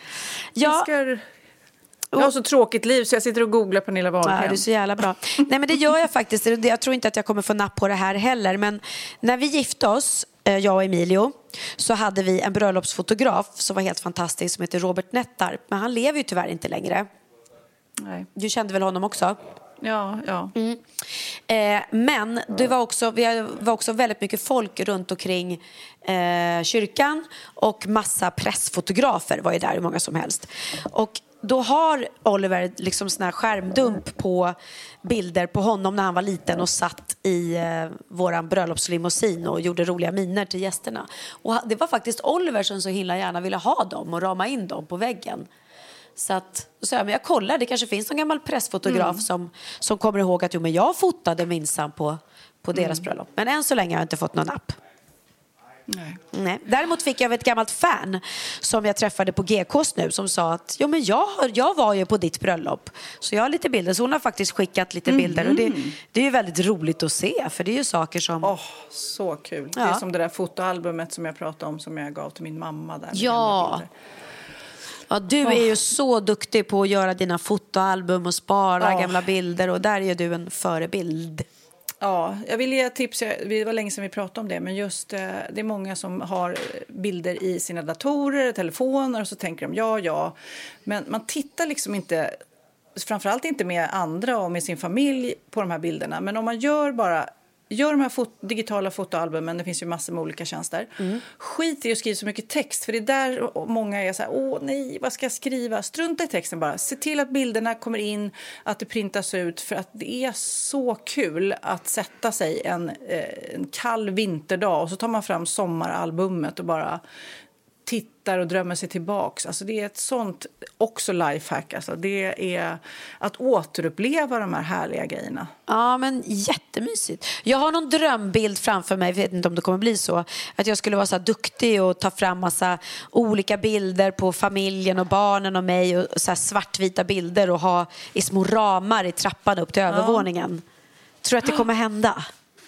Jag har så tråkigt liv så jag sitter och googlar Pernilla Wahlgren. Ja, det är så jävla bra. Nej, men det gör jag faktiskt. Jag tror inte att jag kommer få napp på det här heller. Men när vi gifte oss, jag och Emilio, så hade vi en bröllopsfotograf som var helt fantastisk som heter Robert Nettarp. Men han lever ju tyvärr inte längre. Nej. Du kände väl honom också? Ja. Men det var också väldigt mycket folk runt omkring kyrkan och massa pressfotografer var ju där, hur många som helst. Och då har Oliver liksom sån här skärmdump på bilder på honom när han var liten och satt i våran bröllopslimousin och gjorde roliga miner till gästerna. Och det var faktiskt Oliver som så himla gärna ville ha dem och rama in dem på väggen. Så att, men jag kollar, det kanske finns en gammal pressfotograf som kommer ihåg att men jag fotade minsann på deras bröllop. Men än så länge har jag inte fått någon app. Nej. Däremot fick jag ett gammalt fan som jag träffade på GKs nu som sa att men jag var ju på ditt bröllop så jag har lite bilder, så hon har faktiskt skickat lite bilder och det är ju väldigt roligt att se för det är ju saker som så kul. Det är som det där fotoalbumet som jag pratade om som jag gav till min mamma där. Ja, du är ju så duktig på att göra dina fotoalbum och spara gamla bilder och där är ju du en förebild. Ja, jag vill ge tips. Det var länge sedan vi pratade om det. Men just det är många som har bilder i sina datorer, telefoner. Och så tänker de ja. Men man tittar liksom inte, framförallt inte med andra och med sin familj på de här bilderna. Men om man gör de här digitala fotoalbumen, det finns ju massor med olika tjänster. Skit i att skriva så mycket text, för det är där många är så här, åh nej, vad ska jag skriva? Strunta i texten bara. Se till att bilderna kommer in, att det printas ut, för att det är så kul att sätta sig en kall vinterdag och så tar man fram sommaralbumet och bara tittar och drömmer sig tillbaks. Alltså det är ett sånt också lifehack. Alltså det är att återuppleva de här härliga grejerna. Ja, men jättemysigt. Jag har någon drömbild framför mig, jag vet inte om det kommer bli så, att jag skulle vara så här duktig och ta fram massa olika bilder på familjen och barnen och mig och så här svartvita bilder och ha i små ramar i trappan upp till övervåningen. Tror du att det kommer hända?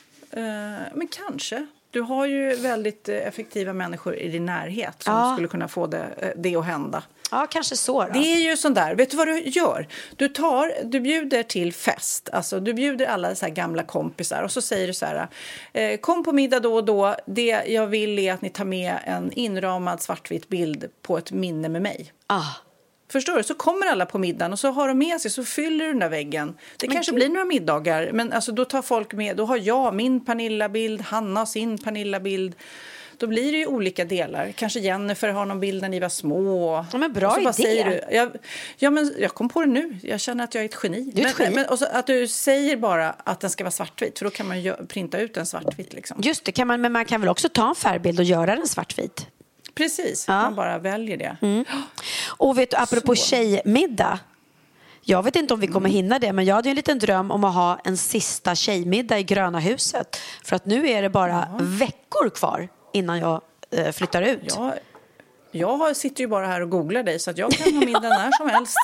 Men kanske. Du har ju väldigt effektiva människor i din närhet som skulle kunna få det att hända. Ja, kanske så då. Det är ju sån där. Vet du vad du gör? Du bjuder till fest. Alltså, du bjuder alla så här gamla kompisar och så säger du så här: kom på middag då och då. Det jag vill är att ni tar med en inramad svartvit bild på ett minne med mig. Förstår du? Så kommer alla på middagen och så har de med sig, så fyller du den där väggen. Det kanske blir några middagar, men alltså då tar folk med. Då har jag min Pernilla-bild, Hanna sin Pernilla-bild. Då blir det ju olika delar. Kanske Jennifer har någon bild när ni var små. Ja, men bra idé. Säger du, men jag kom på det nu. Jag känner att jag är ett geni. Du är ett geni. Men och så att du säger bara att den ska vara svartvit, för då kan man printa ut en svartvit liksom. Just det, men man kan väl också ta en färgbild och göra den svartvit? Precis, man bara väljer det. Och vet du, apropå tjejmiddag, jag vet inte om vi kommer hinna det, men jag hade en liten dröm om att ha en sista tjejmiddag i Gröna huset. För att nu är det bara veckor kvar innan jag flyttar ut. Jag sitter ju bara här och googlar dig, så att jag kan ha middag när som helst.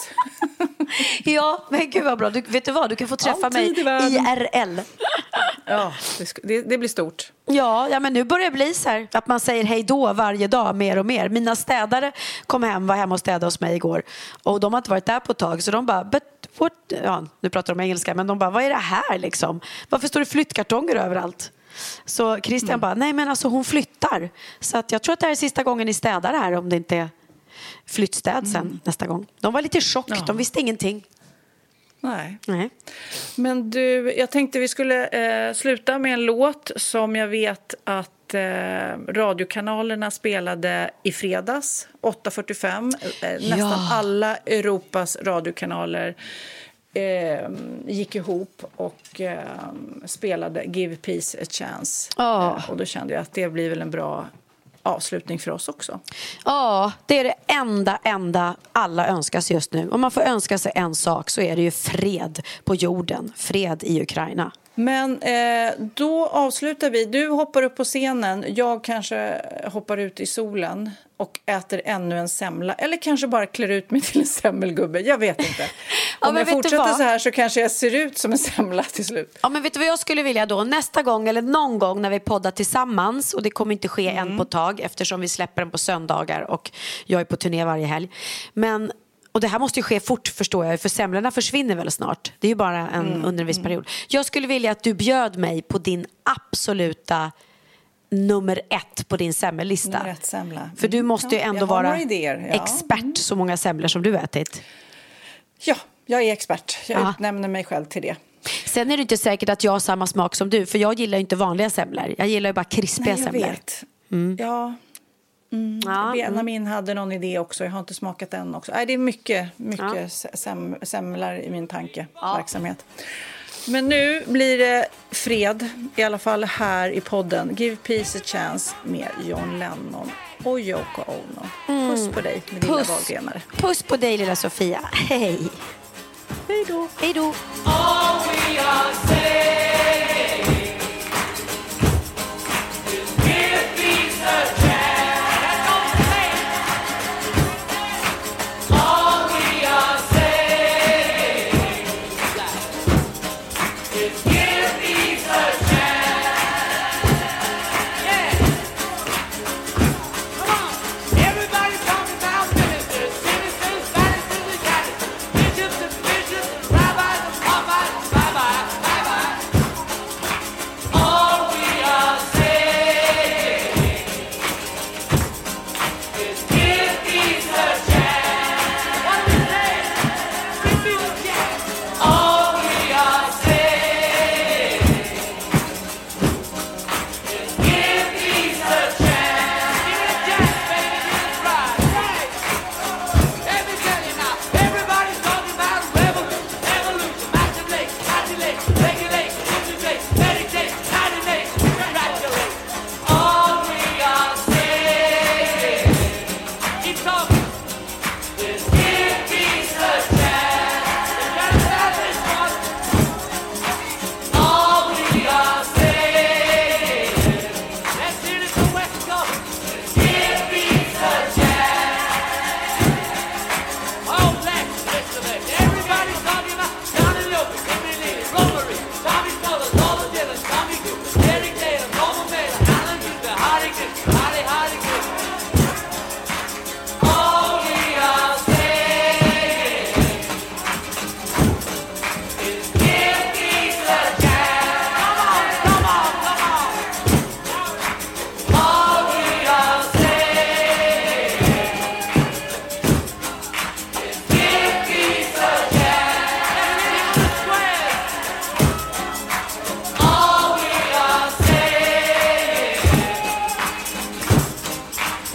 Ja, men gud vad bra. Vet du vad, du kan få träffa mig IRL. Ja, det blir stort. Ja, men nu börjar det bli så här att man säger hej då varje dag mer och mer. Mina städare var hemma och städade hos mig igår. Och de har inte varit där på ett tag. Så de bara, nu pratar de engelska, men de bara, vad är det här liksom? Varför står det flyttkartonger överallt? Så Christian bara, nej men alltså hon flyttar. Så att jag tror att det här är sista gången ni städar här, om det inte är flyttstäd sen nästa gång. De var lite i chock, de visste ingenting. Nej. Men du, jag tänkte vi skulle sluta med en låt som jag vet att radiokanalerna spelade i fredags 8:45. Nästan alla Europas radiokanaler gick ihop och spelade Give Peace a Chance. Och då kände jag att det blir väl en bra avslutning för oss också. Ja, det är det enda alla önskar sig just nu. Om man får önska sig en sak så är det ju fred på jorden. Fred i Ukraina. Men då avslutar vi. Du hoppar upp på scenen. Jag kanske hoppar ut i solen och äter ännu en semla. Eller kanske bara klär ut mig till en semmelgubbe. Jag vet inte. Om jag fortsätter så här så kanske jag ser ut som en semla till slut. Ja, men vet du vad jag skulle vilja då? Nästa gång eller någon gång när vi poddar tillsammans. Och det kommer inte ske än på ett tag, eftersom vi släpper den på söndagar. Och jag är på turné varje helg. Och det här måste ju ske fort, förstår jag. För semlorna försvinner väl snart. Det är ju bara under en viss period. Jag skulle vilja att du bjöd mig på din absoluta nummer 1 på din semmellista. Nummer 1 semla. För du måste ju ändå vara expert så många semlor som du ätit. Ja, jag är expert. Jag utnämner mig själv till det. Sen är det inte säkert att jag har samma smak som du. För jag gillar ju inte vanliga semlor. Jag gillar ju bara krispiga semlor. Jag vet. Ja. Benjamin hade någon idé också. Jag har inte smakat den också. Det är mycket semlar i min tankeverksamhet. Men nu blir det fred, i alla fall här i podden. Give Peace a Chance med John Lennon och Yoko Ono. Puss på dig, med dina valgrenare. Puss på dig, lilla Sofia. Hej. Hej då. Hej då.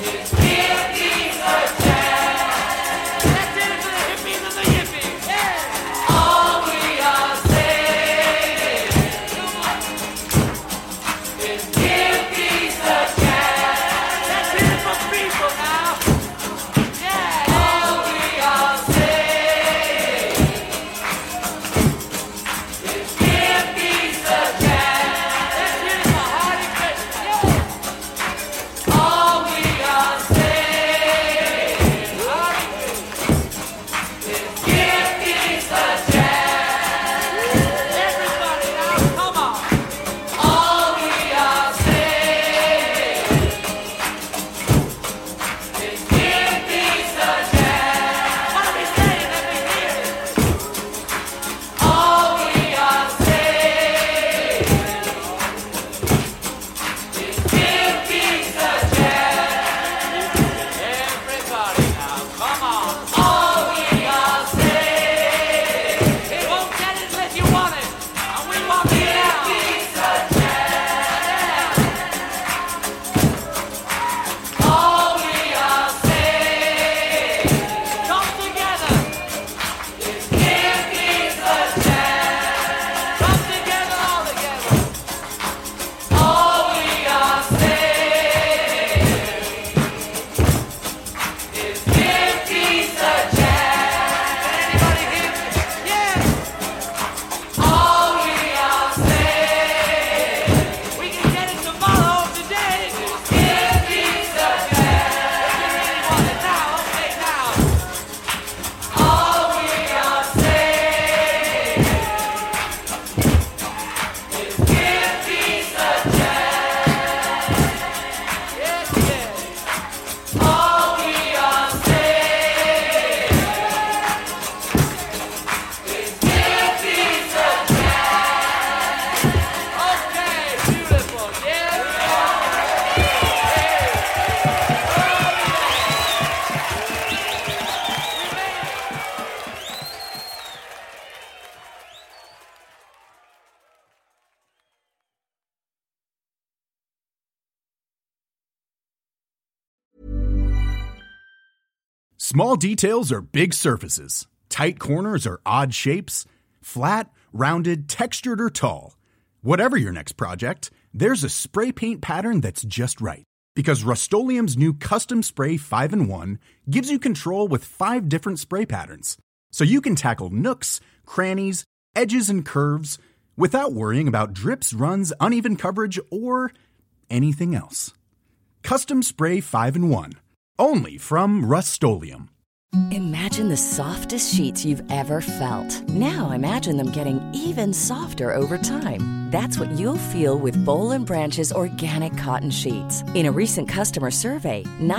Small details are big surfaces. Tight corners are odd shapes. Flat, rounded, textured, or tall. Whatever your next project, there's a spray paint pattern that's just right. Because Rust-Oleum's new Custom Spray 5-in-1 gives you control with 5 different spray patterns. So you can tackle nooks, crannies, edges, and curves without worrying about drips, runs, uneven coverage, or anything else. Custom Spray 5-in-1. Only from Rust-Oleum. Imagine the softest sheets you've ever felt. Now imagine them getting even softer over time. That's what you'll feel with Boll & Branch's organic cotton sheets. In a recent customer survey,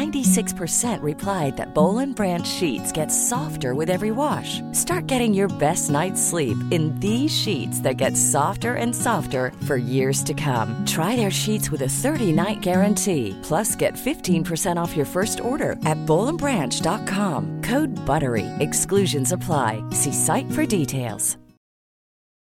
96% replied that Boll & Branch sheets get softer with every wash. Start getting your best night's sleep in these sheets that get softer and softer for years to come. Try their sheets with a 30-night guarantee. Plus, get 15% off your first order at bollandbranch.com. Code BUTTERY. Exclusions apply. See site for details.